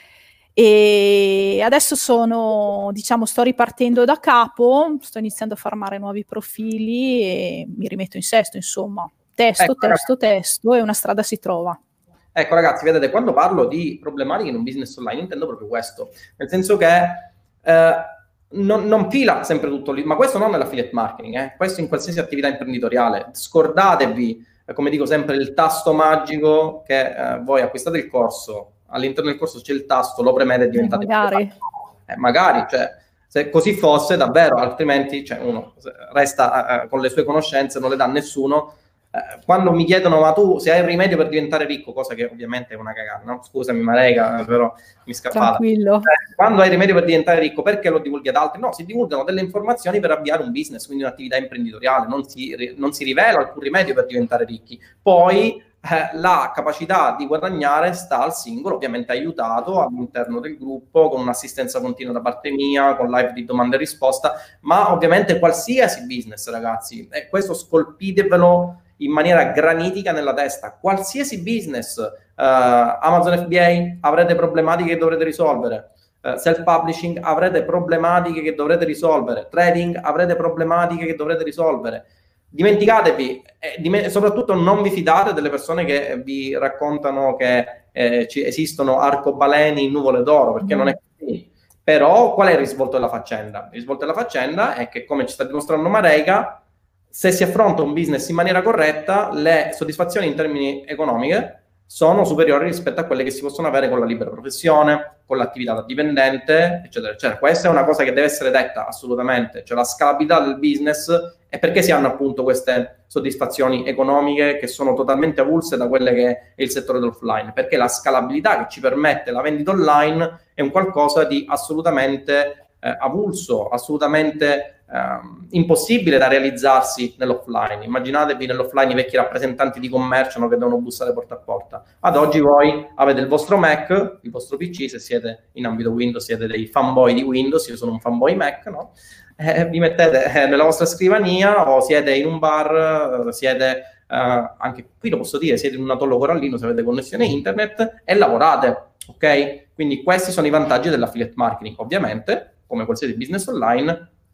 e adesso sono, diciamo, sto ripartendo da capo, sto iniziando a farmare nuovi profili e mi rimetto in sesto, insomma, testo, ecco, testo, ragazzi. testo e una strada si trova. Ecco ragazzi, vedete, quando parlo di problematiche in un business online intendo proprio questo, nel senso che eh, Non, non fila sempre tutto lì, ma questo non è l'affiliate marketing, eh? Questo in qualsiasi attività imprenditoriale. Scordatevi, eh, come dico sempre, il tasto magico che eh, voi acquistate il corso, all'interno del corso c'è il tasto, lo premete e diventate... Eh, magari. Eh, magari, cioè, se così fosse davvero, altrimenti cioè, uno resta eh, con le sue conoscenze, non le dà a nessuno. Eh, quando mi chiedono, ma tu se hai il rimedio per diventare ricco, cosa che ovviamente è una cagata, no? Scusami Marega, però mi scappava. Tranquillo. Eh, quando hai il rimedio per diventare ricco, perché lo divulghi ad altri? No, si divulgano delle informazioni per avviare un business, quindi un'attività imprenditoriale, non si, non si rivela alcun rimedio per diventare ricchi. Poi eh, la capacità di guadagnare sta al singolo, ovviamente aiutato all'interno del gruppo, con un'assistenza continua da parte mia, con live di domanda e risposta, ma ovviamente qualsiasi business, ragazzi, e questo scolpitevelo in maniera granitica nella testa. Qualsiasi business, uh, Amazon F B A, avrete problematiche che dovrete risolvere, uh, self-publishing, avrete problematiche che dovrete risolvere, trading, avrete problematiche che dovrete risolvere. Dimenticatevi, e dim- soprattutto non vi fidate delle persone che vi raccontano che eh, ci esistono arcobaleni in nuvole d'oro, perché mm. non è così. Però qual è il risvolto della faccenda? Il risvolto della faccenda è che, come ci sta dimostrando Mareika, se si affronta un business in maniera corretta, le soddisfazioni in termini economiche sono superiori rispetto a quelle che si possono avere con la libera professione, con l'attività da dipendente, eccetera, eccetera. Questa è una cosa che deve essere detta assolutamente, cioè la scalabilità del business e perché si hanno appunto queste soddisfazioni economiche che sono totalmente avulse da quelle che è il settore dell'offline, perché la scalabilità che ci permette la vendita online è un qualcosa di assolutamente eh, avulso, assolutamente Uh, impossibile da realizzarsi nell'offline. Immaginatevi nell'offline i vecchi rappresentanti di commercio, no, che devono bussare porta a porta. Ad oggi voi avete il vostro Mac, il vostro P C, se siete in ambito Windows siete dei fanboy di Windows, io sono un fanboy Mac, no? Eh, vi mettete eh, nella vostra scrivania o siete in un bar, siete uh, anche qui lo posso dire, siete in un atollo corallino se avete connessione internet e lavorate, ok? Quindi questi sono i vantaggi dell'affiliate marketing. Ovviamente, come qualsiasi business online,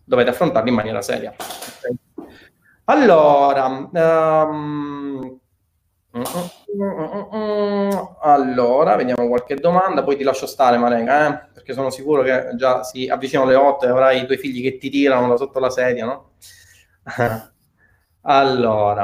dovete affrontarli in maniera seria. Okay. Allora, um, allora, vediamo qualche domanda, poi ti lascio stare, Marega, eh? Perché sono sicuro che già si avvicinano le otto e avrai i tuoi figli che ti tirano da sotto la sedia, no? Allora,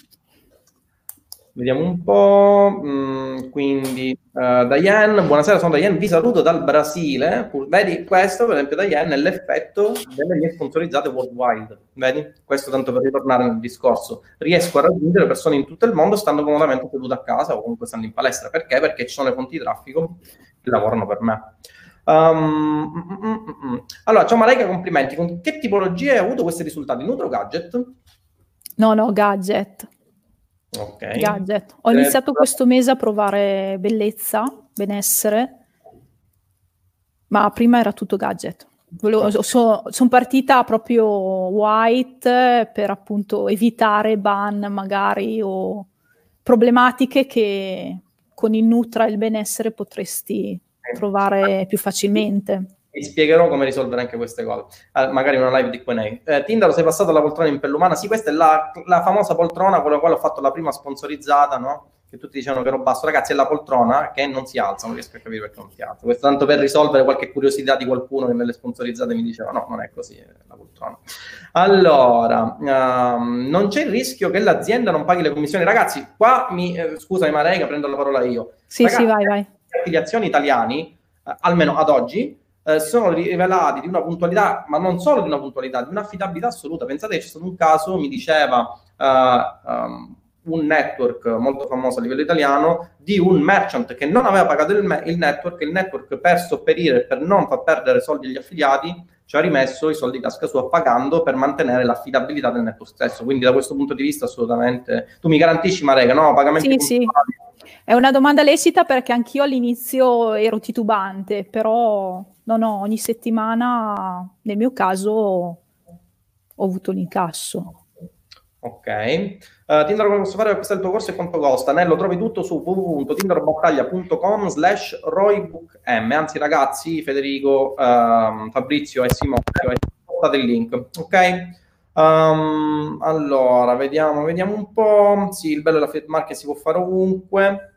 vediamo un po'. Mm, quindi, uh, Diane, buonasera, sono Diane, vi saluto dal Brasile. Vedi, questo, per esempio, Diane, è l'effetto delle mie sponsorizzate worldwide. Vedi? Questo tanto per ritornare nel discorso. Riesco a raggiungere persone in tutto il mondo stando comodamente sedute a casa o comunque stando in palestra. Perché? Perché ci sono le fonti di traffico che lavorano per me. Um, mm, mm, mm. Allora, ciao Malaika, complimenti. Con che tipologie hai avuto questi risultati? Nutro Gadget? No, no, gadget. Ok. Gadget. Ho iniziato questo mese a provare bellezza, benessere, ma prima era tutto gadget. Volevo, so, sono partita proprio white per appunto evitare ban magari o problematiche che con il Nutra e il benessere potresti trovare più facilmente. Vi spiegherò come risolvere anche queste cose. Eh, magari una live di Q and A. Eh, Tindaro, sei passato alla poltrona in pelle umana? Sì, questa è la, la famosa poltrona con la quale ho fatto la prima sponsorizzata, no? Che tutti dicevano che ero basso. Ragazzi, è la poltrona che non si alza, non riesco a capire perché non si alza. Questo tanto per risolvere qualche curiosità di qualcuno che nelle sponsorizzate mi diceva no, non è così, è la poltrona. Allora, um, non c'è il rischio che l'azienda non paghi le commissioni? Ragazzi, qua mi... Eh, scusami Marega, prendo la parola io. Sì, Ragazzi, sì, vai, vai. Le affiliazioni italiani, eh, almeno ad oggi, Eh, sono rivelati di una puntualità, ma non solo di una puntualità, di un'affidabilità assoluta. Pensate che c'è stato un caso, mi diceva uh, um, un network molto famoso a livello italiano, di un merchant che non aveva pagato il, me- il network, il network per sopperire, per non far perdere soldi agli affiliati, ci ha rimesso i soldi in tasca sua pagando per mantenere l'affidabilità del network stesso. Quindi da questo punto di vista assolutamente... Tu mi garantisci, Marega, no? Pagamenti sì, sì. È una domanda lecita perché anch'io all'inizio ero titubante, però no, no, ogni settimana nel mio caso ho avuto l'incasso. Ok. Uh, Tinder, come posso fare per acquistare il tuo corso e quanto costa? Ne lo trovi tutto su w w w punto tinderbattaglia punto com slash roybookm. Anzi, ragazzi, Federico, uh, Fabrizio e Simone, portate il link, ok? Um, allora, vediamo, vediamo un po'. Sì, il bello della Fiat Market si può fare ovunque.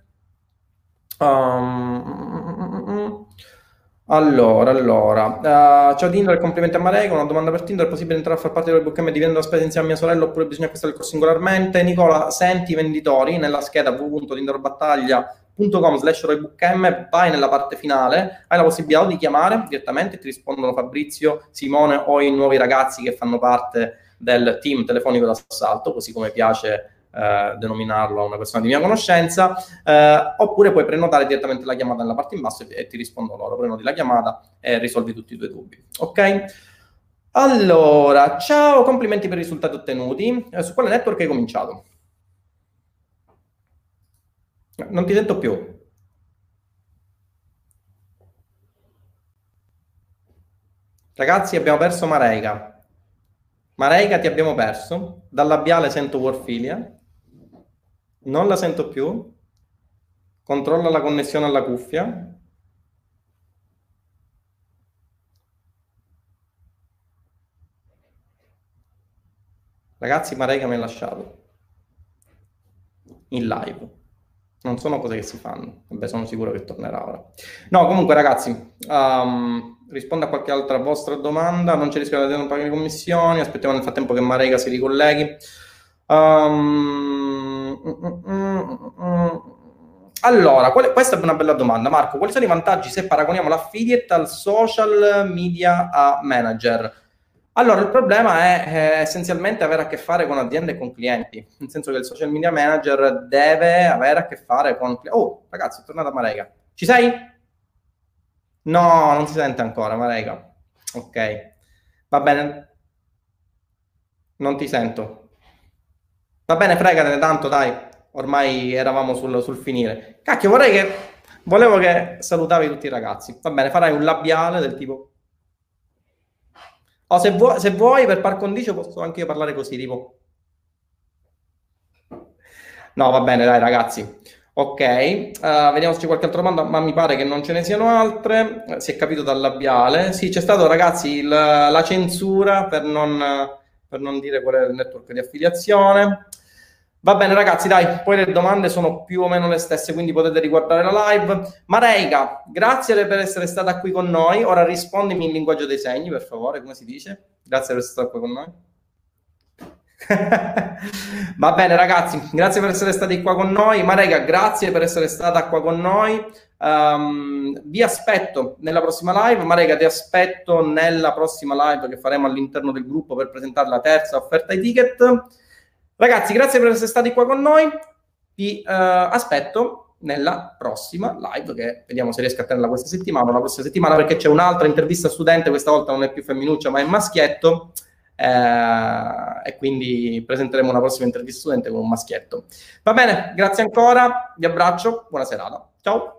Um, allora, allora. Uh, ciao Tinder, complimenti a Marega. Una domanda per Tinder: è possibile entrare a far parte del bootcamp dividendo la spesa insieme a mia sorella oppure bisogna acquistare il corso singolarmente? Nicola, senti i venditori nella scheda w w w punto tinderbattaglia punto com slash roybookm, vai nella parte finale, hai la possibilità di chiamare direttamente, ti rispondono Fabrizio, Simone o i nuovi ragazzi che fanno parte del team telefonico d'assalto, così come piace eh, denominarlo a una persona di mia conoscenza, eh, oppure puoi prenotare direttamente la chiamata nella parte in basso e, e ti rispondono loro, prenoti la chiamata e risolvi tutti i tuoi dubbi, ok? Allora, ciao, complimenti per i risultati ottenuti. Eh, su quale network hai cominciato? Non ti sento più. Ragazzi, abbiamo perso Mareica. Mareica, ti abbiamo perso. Dal labiale sento Warfilia. Non la sento più. Controlla la connessione alla cuffia. Ragazzi, Mareica mi ha lasciato. In live. Non sono cose che si fanno. Vabbè, sono sicuro che tornerà ora. No, comunque, ragazzi, um, rispondo a qualche altra vostra domanda. Non c'è rischio di non pagare le commissioni. Aspettiamo nel frattempo che Marega si ricolleghi. Um, mm, mm, mm, allora, qual è, questa è una bella domanda. Marco, quali sono i vantaggi se paragoniamo l'affiliate al social media manager? Allora, il problema è eh, essenzialmente avere a che fare con aziende e con clienti, nel senso che il social media manager deve avere a che fare con... Oh, ragazzi, è tornata Marega. Ci sei? No, non si sente ancora, Marega. Ok, va bene. Non ti sento. Va bene, fregatene tanto, dai. Ormai eravamo sul, sul finire. Cacchio, vorrei che... Volevo che salutavi tutti i ragazzi. Va bene, farai un labiale del tipo... O se vuoi, se vuoi, per par condicio posso anche io parlare così, tipo... No, va bene, dai, ragazzi. Ok, uh, vediamo se c'è qualche altra domanda, ma mi pare che non ce ne siano altre. Uh, si è capito dal labiale. Sì, c'è stato, ragazzi, il, la censura per non, per non dire qual è il network di affiliazione. Va bene, ragazzi, dai, poi le domande sono più o meno le stesse, quindi potete riguardare la live. Mareika, grazie per essere stata qui con noi. Ora rispondimi in linguaggio dei segni, per favore, come si dice? Grazie per essere stata qui con noi. Va bene, ragazzi, grazie per essere stati qua con noi. Mareika, grazie per essere stata qua con noi. Um, vi aspetto nella prossima live. Mareika, ti aspetto nella prossima live che faremo all'interno del gruppo per presentare la terza offerta ai ticket. Ragazzi, grazie per essere stati qua con noi. Vi uh, aspetto nella prossima live, che vediamo se riesco a tenerla questa settimana o la prossima settimana, perché c'è un'altra intervista studente, questa volta non è più femminuccia ma è maschietto. Eh, e quindi presenteremo una prossima intervista studente con un maschietto. Va bene, grazie ancora, vi abbraccio, buona serata, ciao.